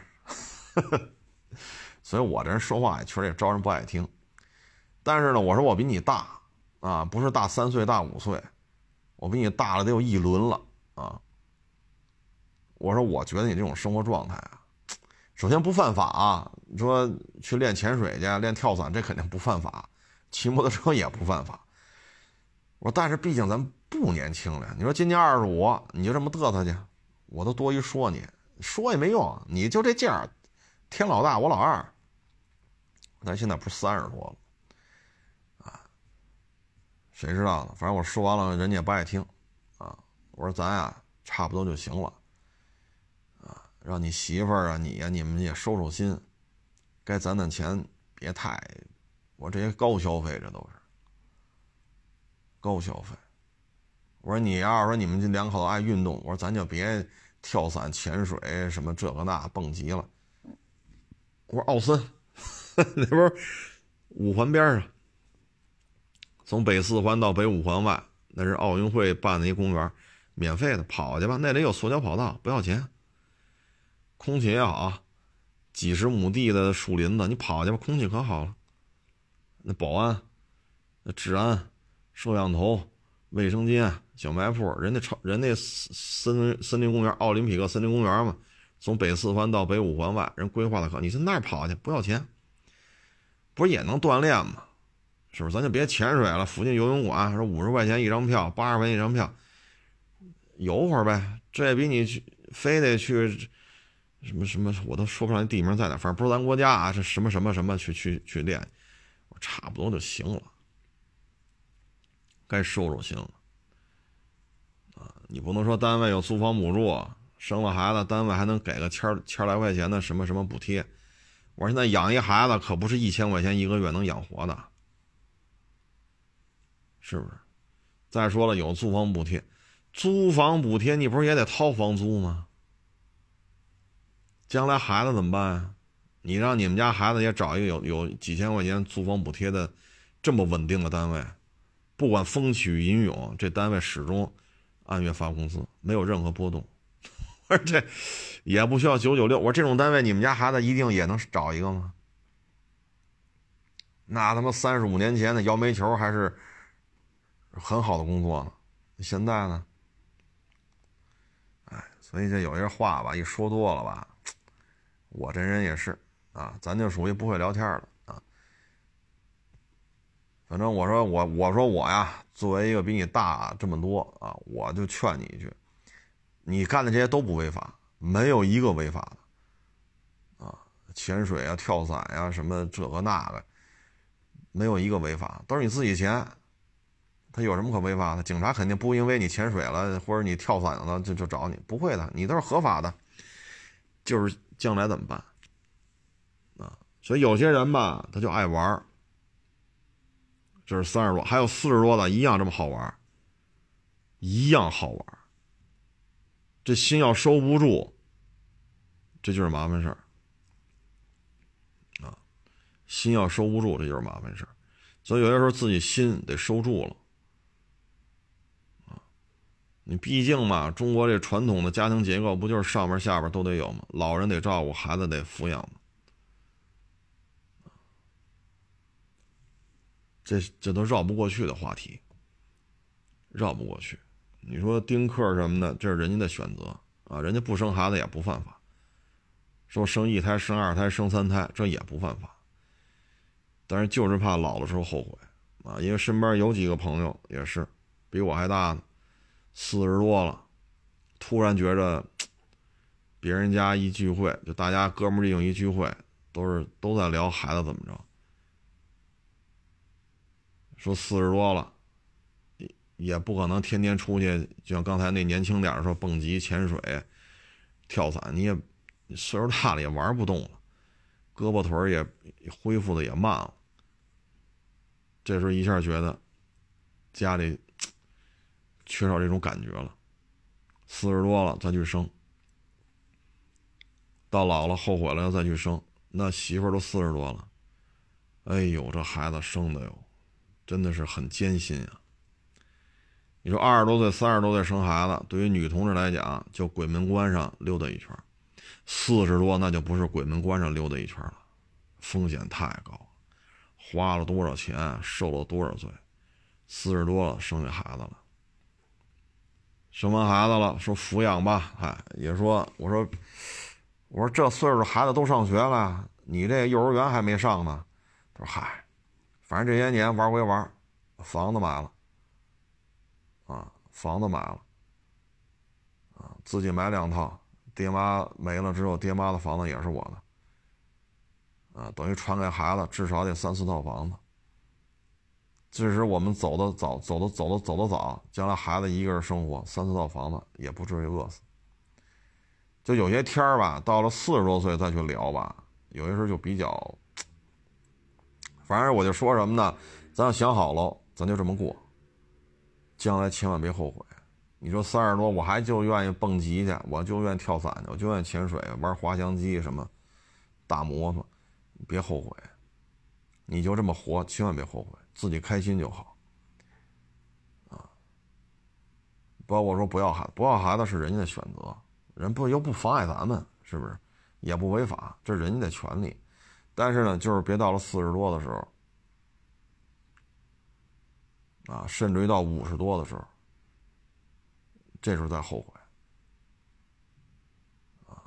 所以我这人说话也确实也招人不爱听。但是呢，我说我比你大啊，不是大3岁大5岁，我比你大了得有1轮了啊。我说我觉得你这种生活状态啊，首先不犯法啊，你说去练潜水去、练跳伞，这肯定不犯法，骑摩托车也不犯法。我说但是毕竟咱不年轻了，你说今年25，你就这么嘚瑟去，我都多余说你，说也没用，你就这劲儿，天老大我老二，咱现在不是30多了。谁知道呢？反正我说完了，人家也不爱听，啊！我说咱呀，差不多就行了，啊，让你媳妇儿啊、你呀、你们也收收心，该攒攒钱，别太，我这些高消费，这都是高消费。我说你要是说你们这两口子爱运动，我说咱就别跳伞、潜水什么这个那蹦极了。我说奥森，那不是5环边上。从北4环到北5环外，那是奥运会办的一公园，免费的，跑去吧。那里有塑胶跑道，不要钱，空气也好，几十亩地的树林子，你跑去吧，空气可好了。那保安、那治安、摄像头、卫生间、小卖铺，人家森林公园，奥林匹克森林公园嘛，从北4环到北5环外，人规划的可，你从那儿跑去，不要钱，不是也能锻炼吗？是不是？咱就别潜水了，附近游泳馆说50块钱一张票，80块钱一张票，游会儿呗。这也比你去非得去什么，我都说不上地名在哪，反正不是咱国家啊，是什么去练，我差不多就行了。
该收收心了啊！你不能说单位有租房补助，生了孩子单位还能给个千来块钱的什么什么补贴。我说现在养一孩子可不是1000块钱一个月能养活的，是不是？再说了，有租房补贴，租房补贴你不是也得掏房租吗？将来孩子怎么办呀？你让你们家孩子也找一个有几千块钱租房补贴的这么稳定的单位，不管风起云涌，这单位始终按月发工资，没有任何波动。而且也不需要996。我说这种单位你们家孩子一定也能找一个吗？那他妈35年前的摇煤球还是很好的工作呢，现在呢？哎，所以这有些话吧，一说多了吧，我这人也是啊，咱就属于不会聊天的啊。反正我说我呀，作为一个比你大这么多啊，我就劝你一句，你干的这些都不违法，没有一个违法的啊，潜水啊、跳伞呀、什么这个那个，没有一个违法，都是你自己钱。他有什么可违法的？警察肯定不因为你潜水了或者你跳伞了就找你，不会的，你都是合法的。就是将来怎么办啊？所以有些人吧，他就爱玩，这是30多，还有40多的，一样这么好玩，一样好玩。这心要收不住，这就是麻烦事儿啊！心要收不住，这就是麻烦事儿。所以有些时候自己心得收住了。你毕竟嘛，中国这传统的家庭结构不就是上边下边都得有吗？老人得照顾，孩子得抚养吗？这都绕不过去的话题，绕不过去。你说丁克什么的，这是人家的选择啊，人家不生孩子也不犯法，说生1胎、生2胎、生3胎，这也不犯法。但是就是怕老的时候后悔啊，因为身边有几个朋友也是比我还大呢，40多了，突然觉着别人家一聚会，就大家哥们儿利用一聚会，都在聊孩子怎么着，说40多了也不可能天天出去，就像刚才那年轻点的说蹦极、潜水、跳伞，你岁数大了也玩不动了，胳膊腿也恢复的也慢了。这时候一下觉得家里缺少这种感觉了，40多了再去生，到老了后悔了要再去生，那媳妇儿都40多了，哎呦，这孩子生的哟，真的是很艰辛啊。你说20多岁、30多岁生孩子，对于女同志来讲，就鬼门关上溜达一圈；40多那就不是鬼门关上溜达一圈了，风险太高了，花了多少钱，受了多少罪。40多了生下孩子了，生完孩子了说抚养吧，也说我说这岁数孩子都上学了，你这幼儿园还没上呢。他说反正这些年玩归玩，房子买了啊，房子买了啊，自己买2套，爹妈没了之后，爹妈的房子也是我的啊，等于传给孩子至少得3、4套房子。即使我们走得早，将来孩子一个人生活，3、4套房子也不至于饿死。就有些天儿吧，到了40多岁再去聊吧，有些时候就比较，反正我就说什么呢，咱要想好了，咱就这么过，将来千万别后悔。你说30多，我还就愿意蹦极去，我就愿意跳伞去，我就愿意潜水，玩滑翔机什么，大摩托，别后悔。你就这么活，千万别后悔，自己开心就好啊。包括说不要孩子是人家的选择，人又不妨碍咱们，是不是？也不违法，这是人家的权利。但是呢，就是别到了40多的时候啊，甚至于到50多的时候，这时候再后悔啊，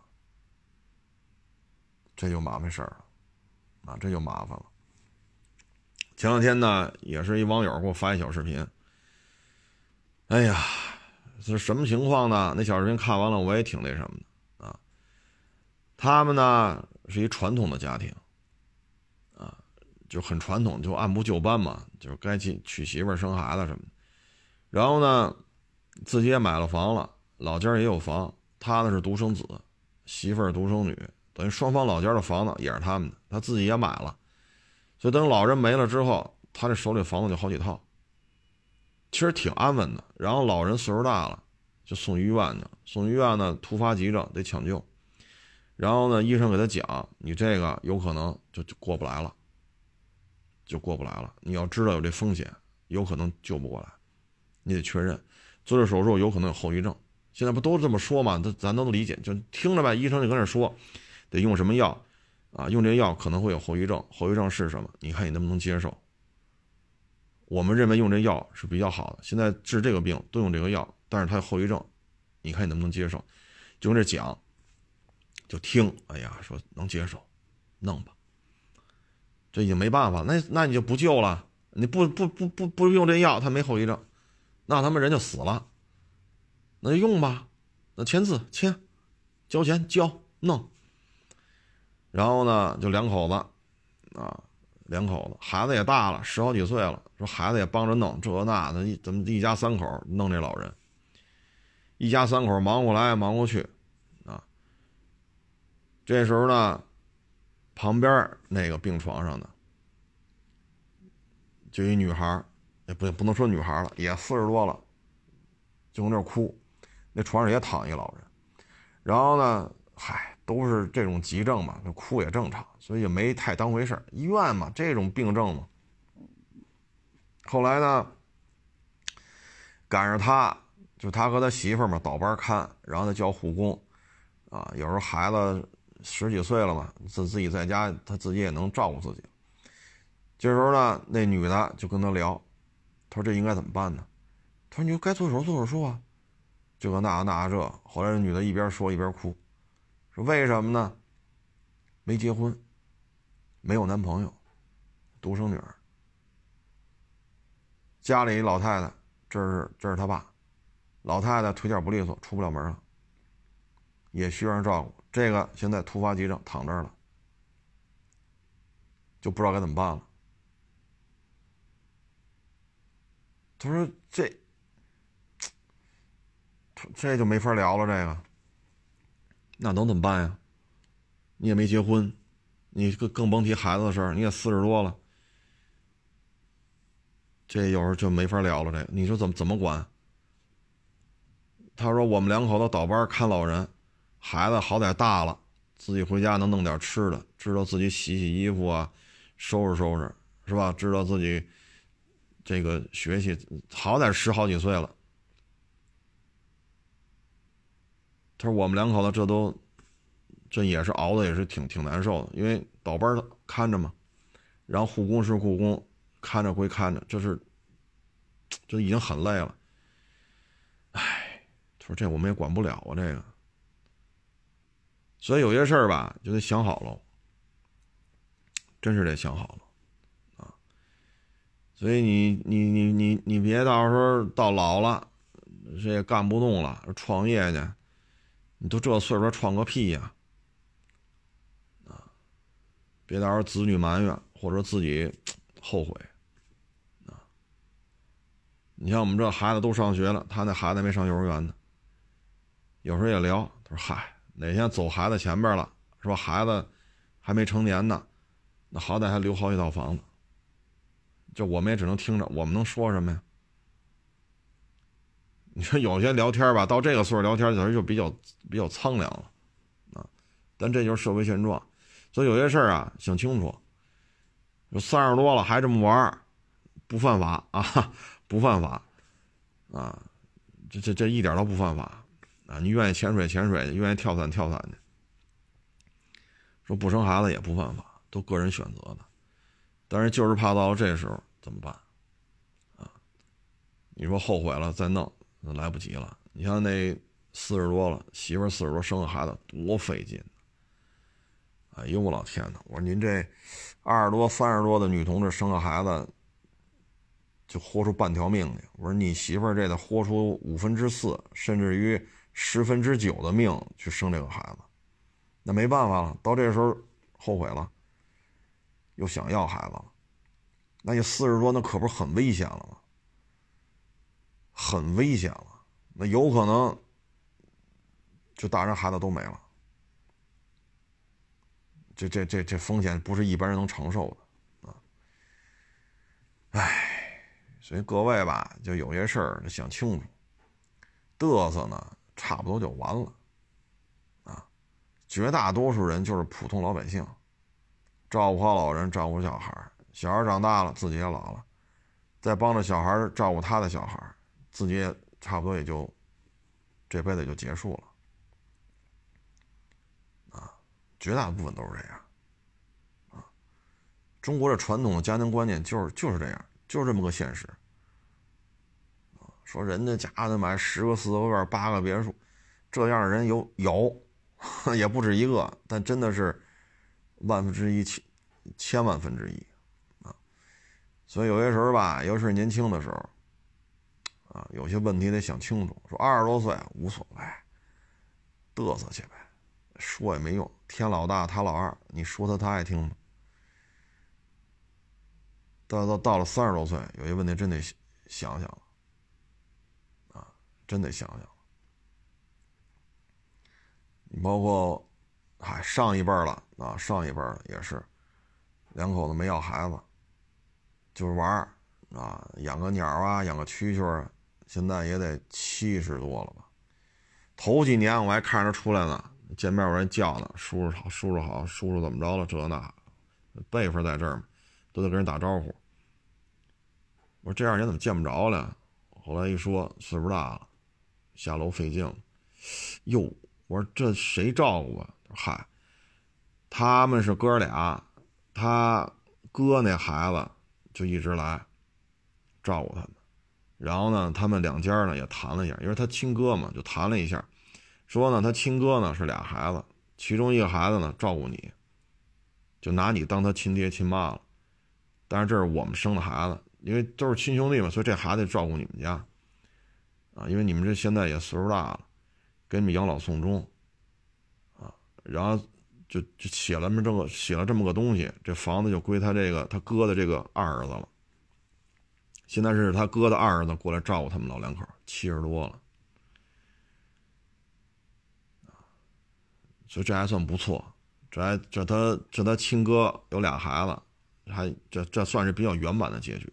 这就麻烦事儿了啊，这就麻烦了。前两天呢，也是一网友给我发一小视频，哎呀，这是什么情况呢？那小视频看完了，我也挺那什么的啊。他们呢是一传统的家庭啊，就很传统，就按部就班嘛，就是该娶媳妇儿、生孩子什么的。 然后呢，自己也买了房了，老家也有房，他呢是独生子，媳妇儿独生女，等于双方老家的房子也是他们的，他自己也买了，所以等老人没了之后，他这手里房子就好几套，其实挺安稳的。然后老人岁数大了，就送医院去了，送医院呢突发急症得抢救，然后呢医生给他讲，你这个有可能就过不来了，你要知道有这风险，有可能救不过来，你得确认做这手术有可能有后遗症。现在不都这么说吗？咱都能理解，就听着吧，医生就跟那说得用什么药啊，用这个药可能会有后遗症，后遗症是什么？你看你能不能接受？我们认为用这药是比较好的，现在治这个病都用这个药，但是它有后遗症，你看你能不能接受？就跟这讲，就听，哎呀，说能接受，弄吧。这已经没办法，那你就不救了，你不用这药，他没后遗症，那他们人就死了，那就用吧，那签字签，交钱交弄。然后呢，就两口子啊，孩子也大了，10好几岁了，说孩子也帮着弄这那的，怎么一家三口弄这老人，一家三口忙过来忙过去啊。这时候呢，旁边那个病床上的就一女孩，也不能说女孩了，也40多了，就跟那哭，那床上也躺一老人。然后呢，都是这种急症嘛，那哭也正常，所以也没太当回事。医院嘛，这种病症嘛。后来呢，赶上他和他媳妇儿嘛倒班看，然后他叫护工啊，有时候孩子10几岁了嘛，自己在家他自己也能照顾自己。这时候呢，那女的就跟他聊，他说这应该怎么办呢？他说你就该做手术啊，这个那这。后来那女的一边说一边哭，说为什么呢？没结婚，没有男朋友，独生女儿，家里一老太太，这是他爸，老太太腿脚不利索，出不了门了，也需要人照顾。这个现在突发急症躺这儿了，就不知道该怎么办了。他说这就没法聊了，这个那能怎么办呀？你也没结婚，你更甭提孩子的事儿，你也40多了，这有时候就没法聊了。这个你说怎么管？他说我们两口子倒班看老人，孩子好歹大了，自己回家能弄点吃的，知道自己洗衣服啊，收拾收拾，是吧？知道自己这个学习，好歹10好几岁了。他说我们两口子这也是熬的也是挺难受的，因为倒班看着嘛，然后护工是护工，看着归看着，这已经很累了。他说这我们也管不了啊，这个。所以有些事儿吧，就得想好了，真是得想好了啊。所以你别到时候到老了，这也干不动了，创业去，你都这岁数创个屁呀！别到时候子女埋怨，或者自己后悔啊。你像我们这孩子都上学了，他那孩子还没上幼儿园呢。有时候也聊，他说哪天走孩子前边了，是吧？孩子还没成年呢，那好歹还留好几套房子。这我们也只能听着，我们能说什么呀？你说有些聊天吧，到这个岁数聊天就比较苍凉了啊。但这就是社会现状，所以有些事儿啊，想清楚。有30多了还这么玩，不犯法啊，不犯法啊，这一点都不犯法啊！你愿意潜水潜水，愿意跳伞跳伞去。说不生孩子也不犯法，都个人选择的。但是就是怕到了这时候怎么办啊？你说后悔了再弄，那来不及了。你像那40多了，媳妇40多生个孩子多费劲。哎呦我老天哪！我说您这20多30多的女同志生个孩子就豁出半条命去。我说你媳妇儿这得豁出4/5甚至于9/10的命去生这个孩子，那没办法了。到这时候后悔了，又想要孩子了，那你40多那可不是很危险了吗？
很危险了，那有可能就大人孩子都没了。这风险不是一般人能承受的啊！唉，所以各位吧，就有些事儿想清楚，嘚瑟呢，差不多就完了啊。绝大多数人就是普通老百姓，照顾好老人，照顾小孩，小孩长大了，自己也老了，再帮着小孩照顾他的小孩，自己也差不多也就这辈子也就结束了啊。绝大部分都是这样。中国的传统的家庭观念就是这样，就是这么个现实。说人家家的买10个4合院8个别墅，这样的人有也不止一个，但真的是万分之一、千万分之一啊！所以有些时候吧，尤其是年轻的时候啊，有些问题得想清楚。说20多岁无所谓，嘚瑟去呗，说也没用。天老大他老二，你说他爱听吗？到了30多岁，有些问题真得想想了啊，真得想想。你包括上一辈了啊，上一辈也是两口子没要孩子，就是玩啊，养个鸟啊，养个蛐蛐啊，现在也得70多了吧。头几年我还看着出来呢，见面有人叫呢，叔叔好，叔叔好，叔叔怎么着了，这那辈分在这儿嘛，都得跟人打招呼。我说这2年怎么见不着了？后来一说岁数大了，下楼费劲了。哟，我说这谁照顾啊？嗨，他们是哥俩，他哥那孩子就一直来照顾他们。然后呢，他们两家呢也谈了一下，因为他亲哥嘛，就谈了一下，说呢他亲哥呢是俩孩子，其中一个孩子呢照顾你，就拿你当他亲爹亲妈了。但是这是我们生的孩子，因为都是亲兄弟嘛，所以这孩子照顾你们家啊，因为你们这现在也岁数大了，给你们养老送终啊，然后就写了这么个东西，这房子就归他哥的这个二儿子了。现在是他哥的二儿子过来照顾他们老两口，70多了，所以这还算不错。这他亲哥有俩孩子，这算是比较圆满的结局。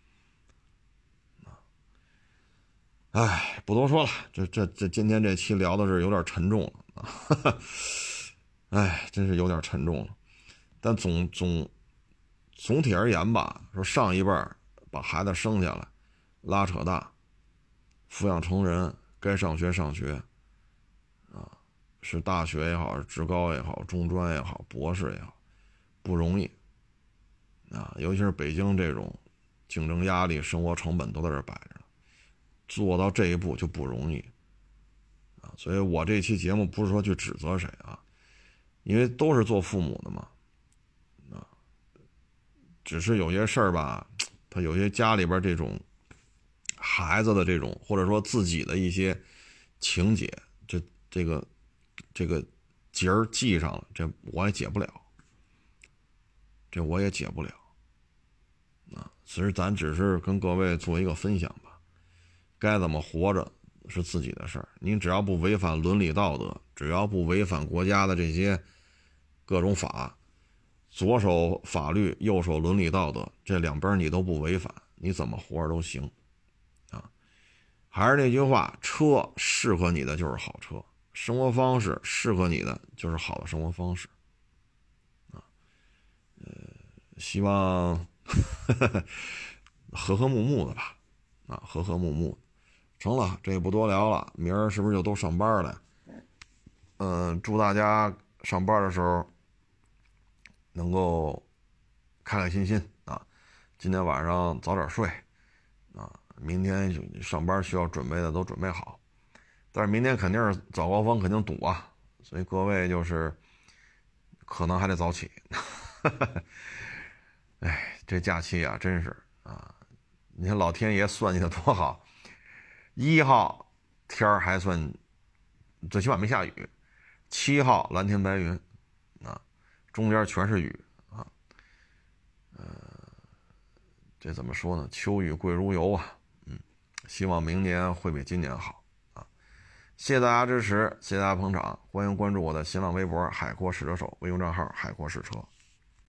哎，不多说了，这今天这期聊的是有点沉重了啊，哎，真是有点沉重了。但总体而言吧，说上一辈把孩子生下来，拉扯大，抚养成人，该上学上学，啊，是大学也好，是职高也好，中专也好，博士也好，不容易啊，尤其是北京这种竞争压力、生活成本都在这摆着。做到这一步就不容易啊，所以我这期节目不是说去指责谁啊，因为都是做父母的嘛，啊，只是有些事儿吧，他有些家里边这种孩子的这种，或者说自己的一些情节，这个结儿系上了，这我也解不了，啊，其实咱只是跟各位做一个分享吧。该怎么活着是自己的事儿，您只要不违反伦理道德，只要不违反国家的这些各种法，左手法律，右手伦理道德，这两边你都不违反，你怎么活着都行啊。还是那句话，车适合你的就是好车，生活方式适合你的就是好的生活方式啊。希望和和睦睦的吧，啊，和和睦睦的。成了，这也不多聊了，明儿是不是就都上班了？祝大家上班的时候能够开开心心啊！今天晚上早点睡啊，明天上班需要准备的都准备好。但是明天肯定是早高峰，肯定堵啊，所以各位就是可能还得早起。哎，这假期啊，真是啊，你看老天爷算计的多好。1号天儿还算，最起码没下雨。7号蓝天白云，啊，中间全是雨啊。这怎么说呢？秋雨贵如油啊。
希望明年会比今年好啊！谢谢大家支持，谢谢大家捧场，欢迎关注我的新浪微博海阔试车手微信账号海阔试车。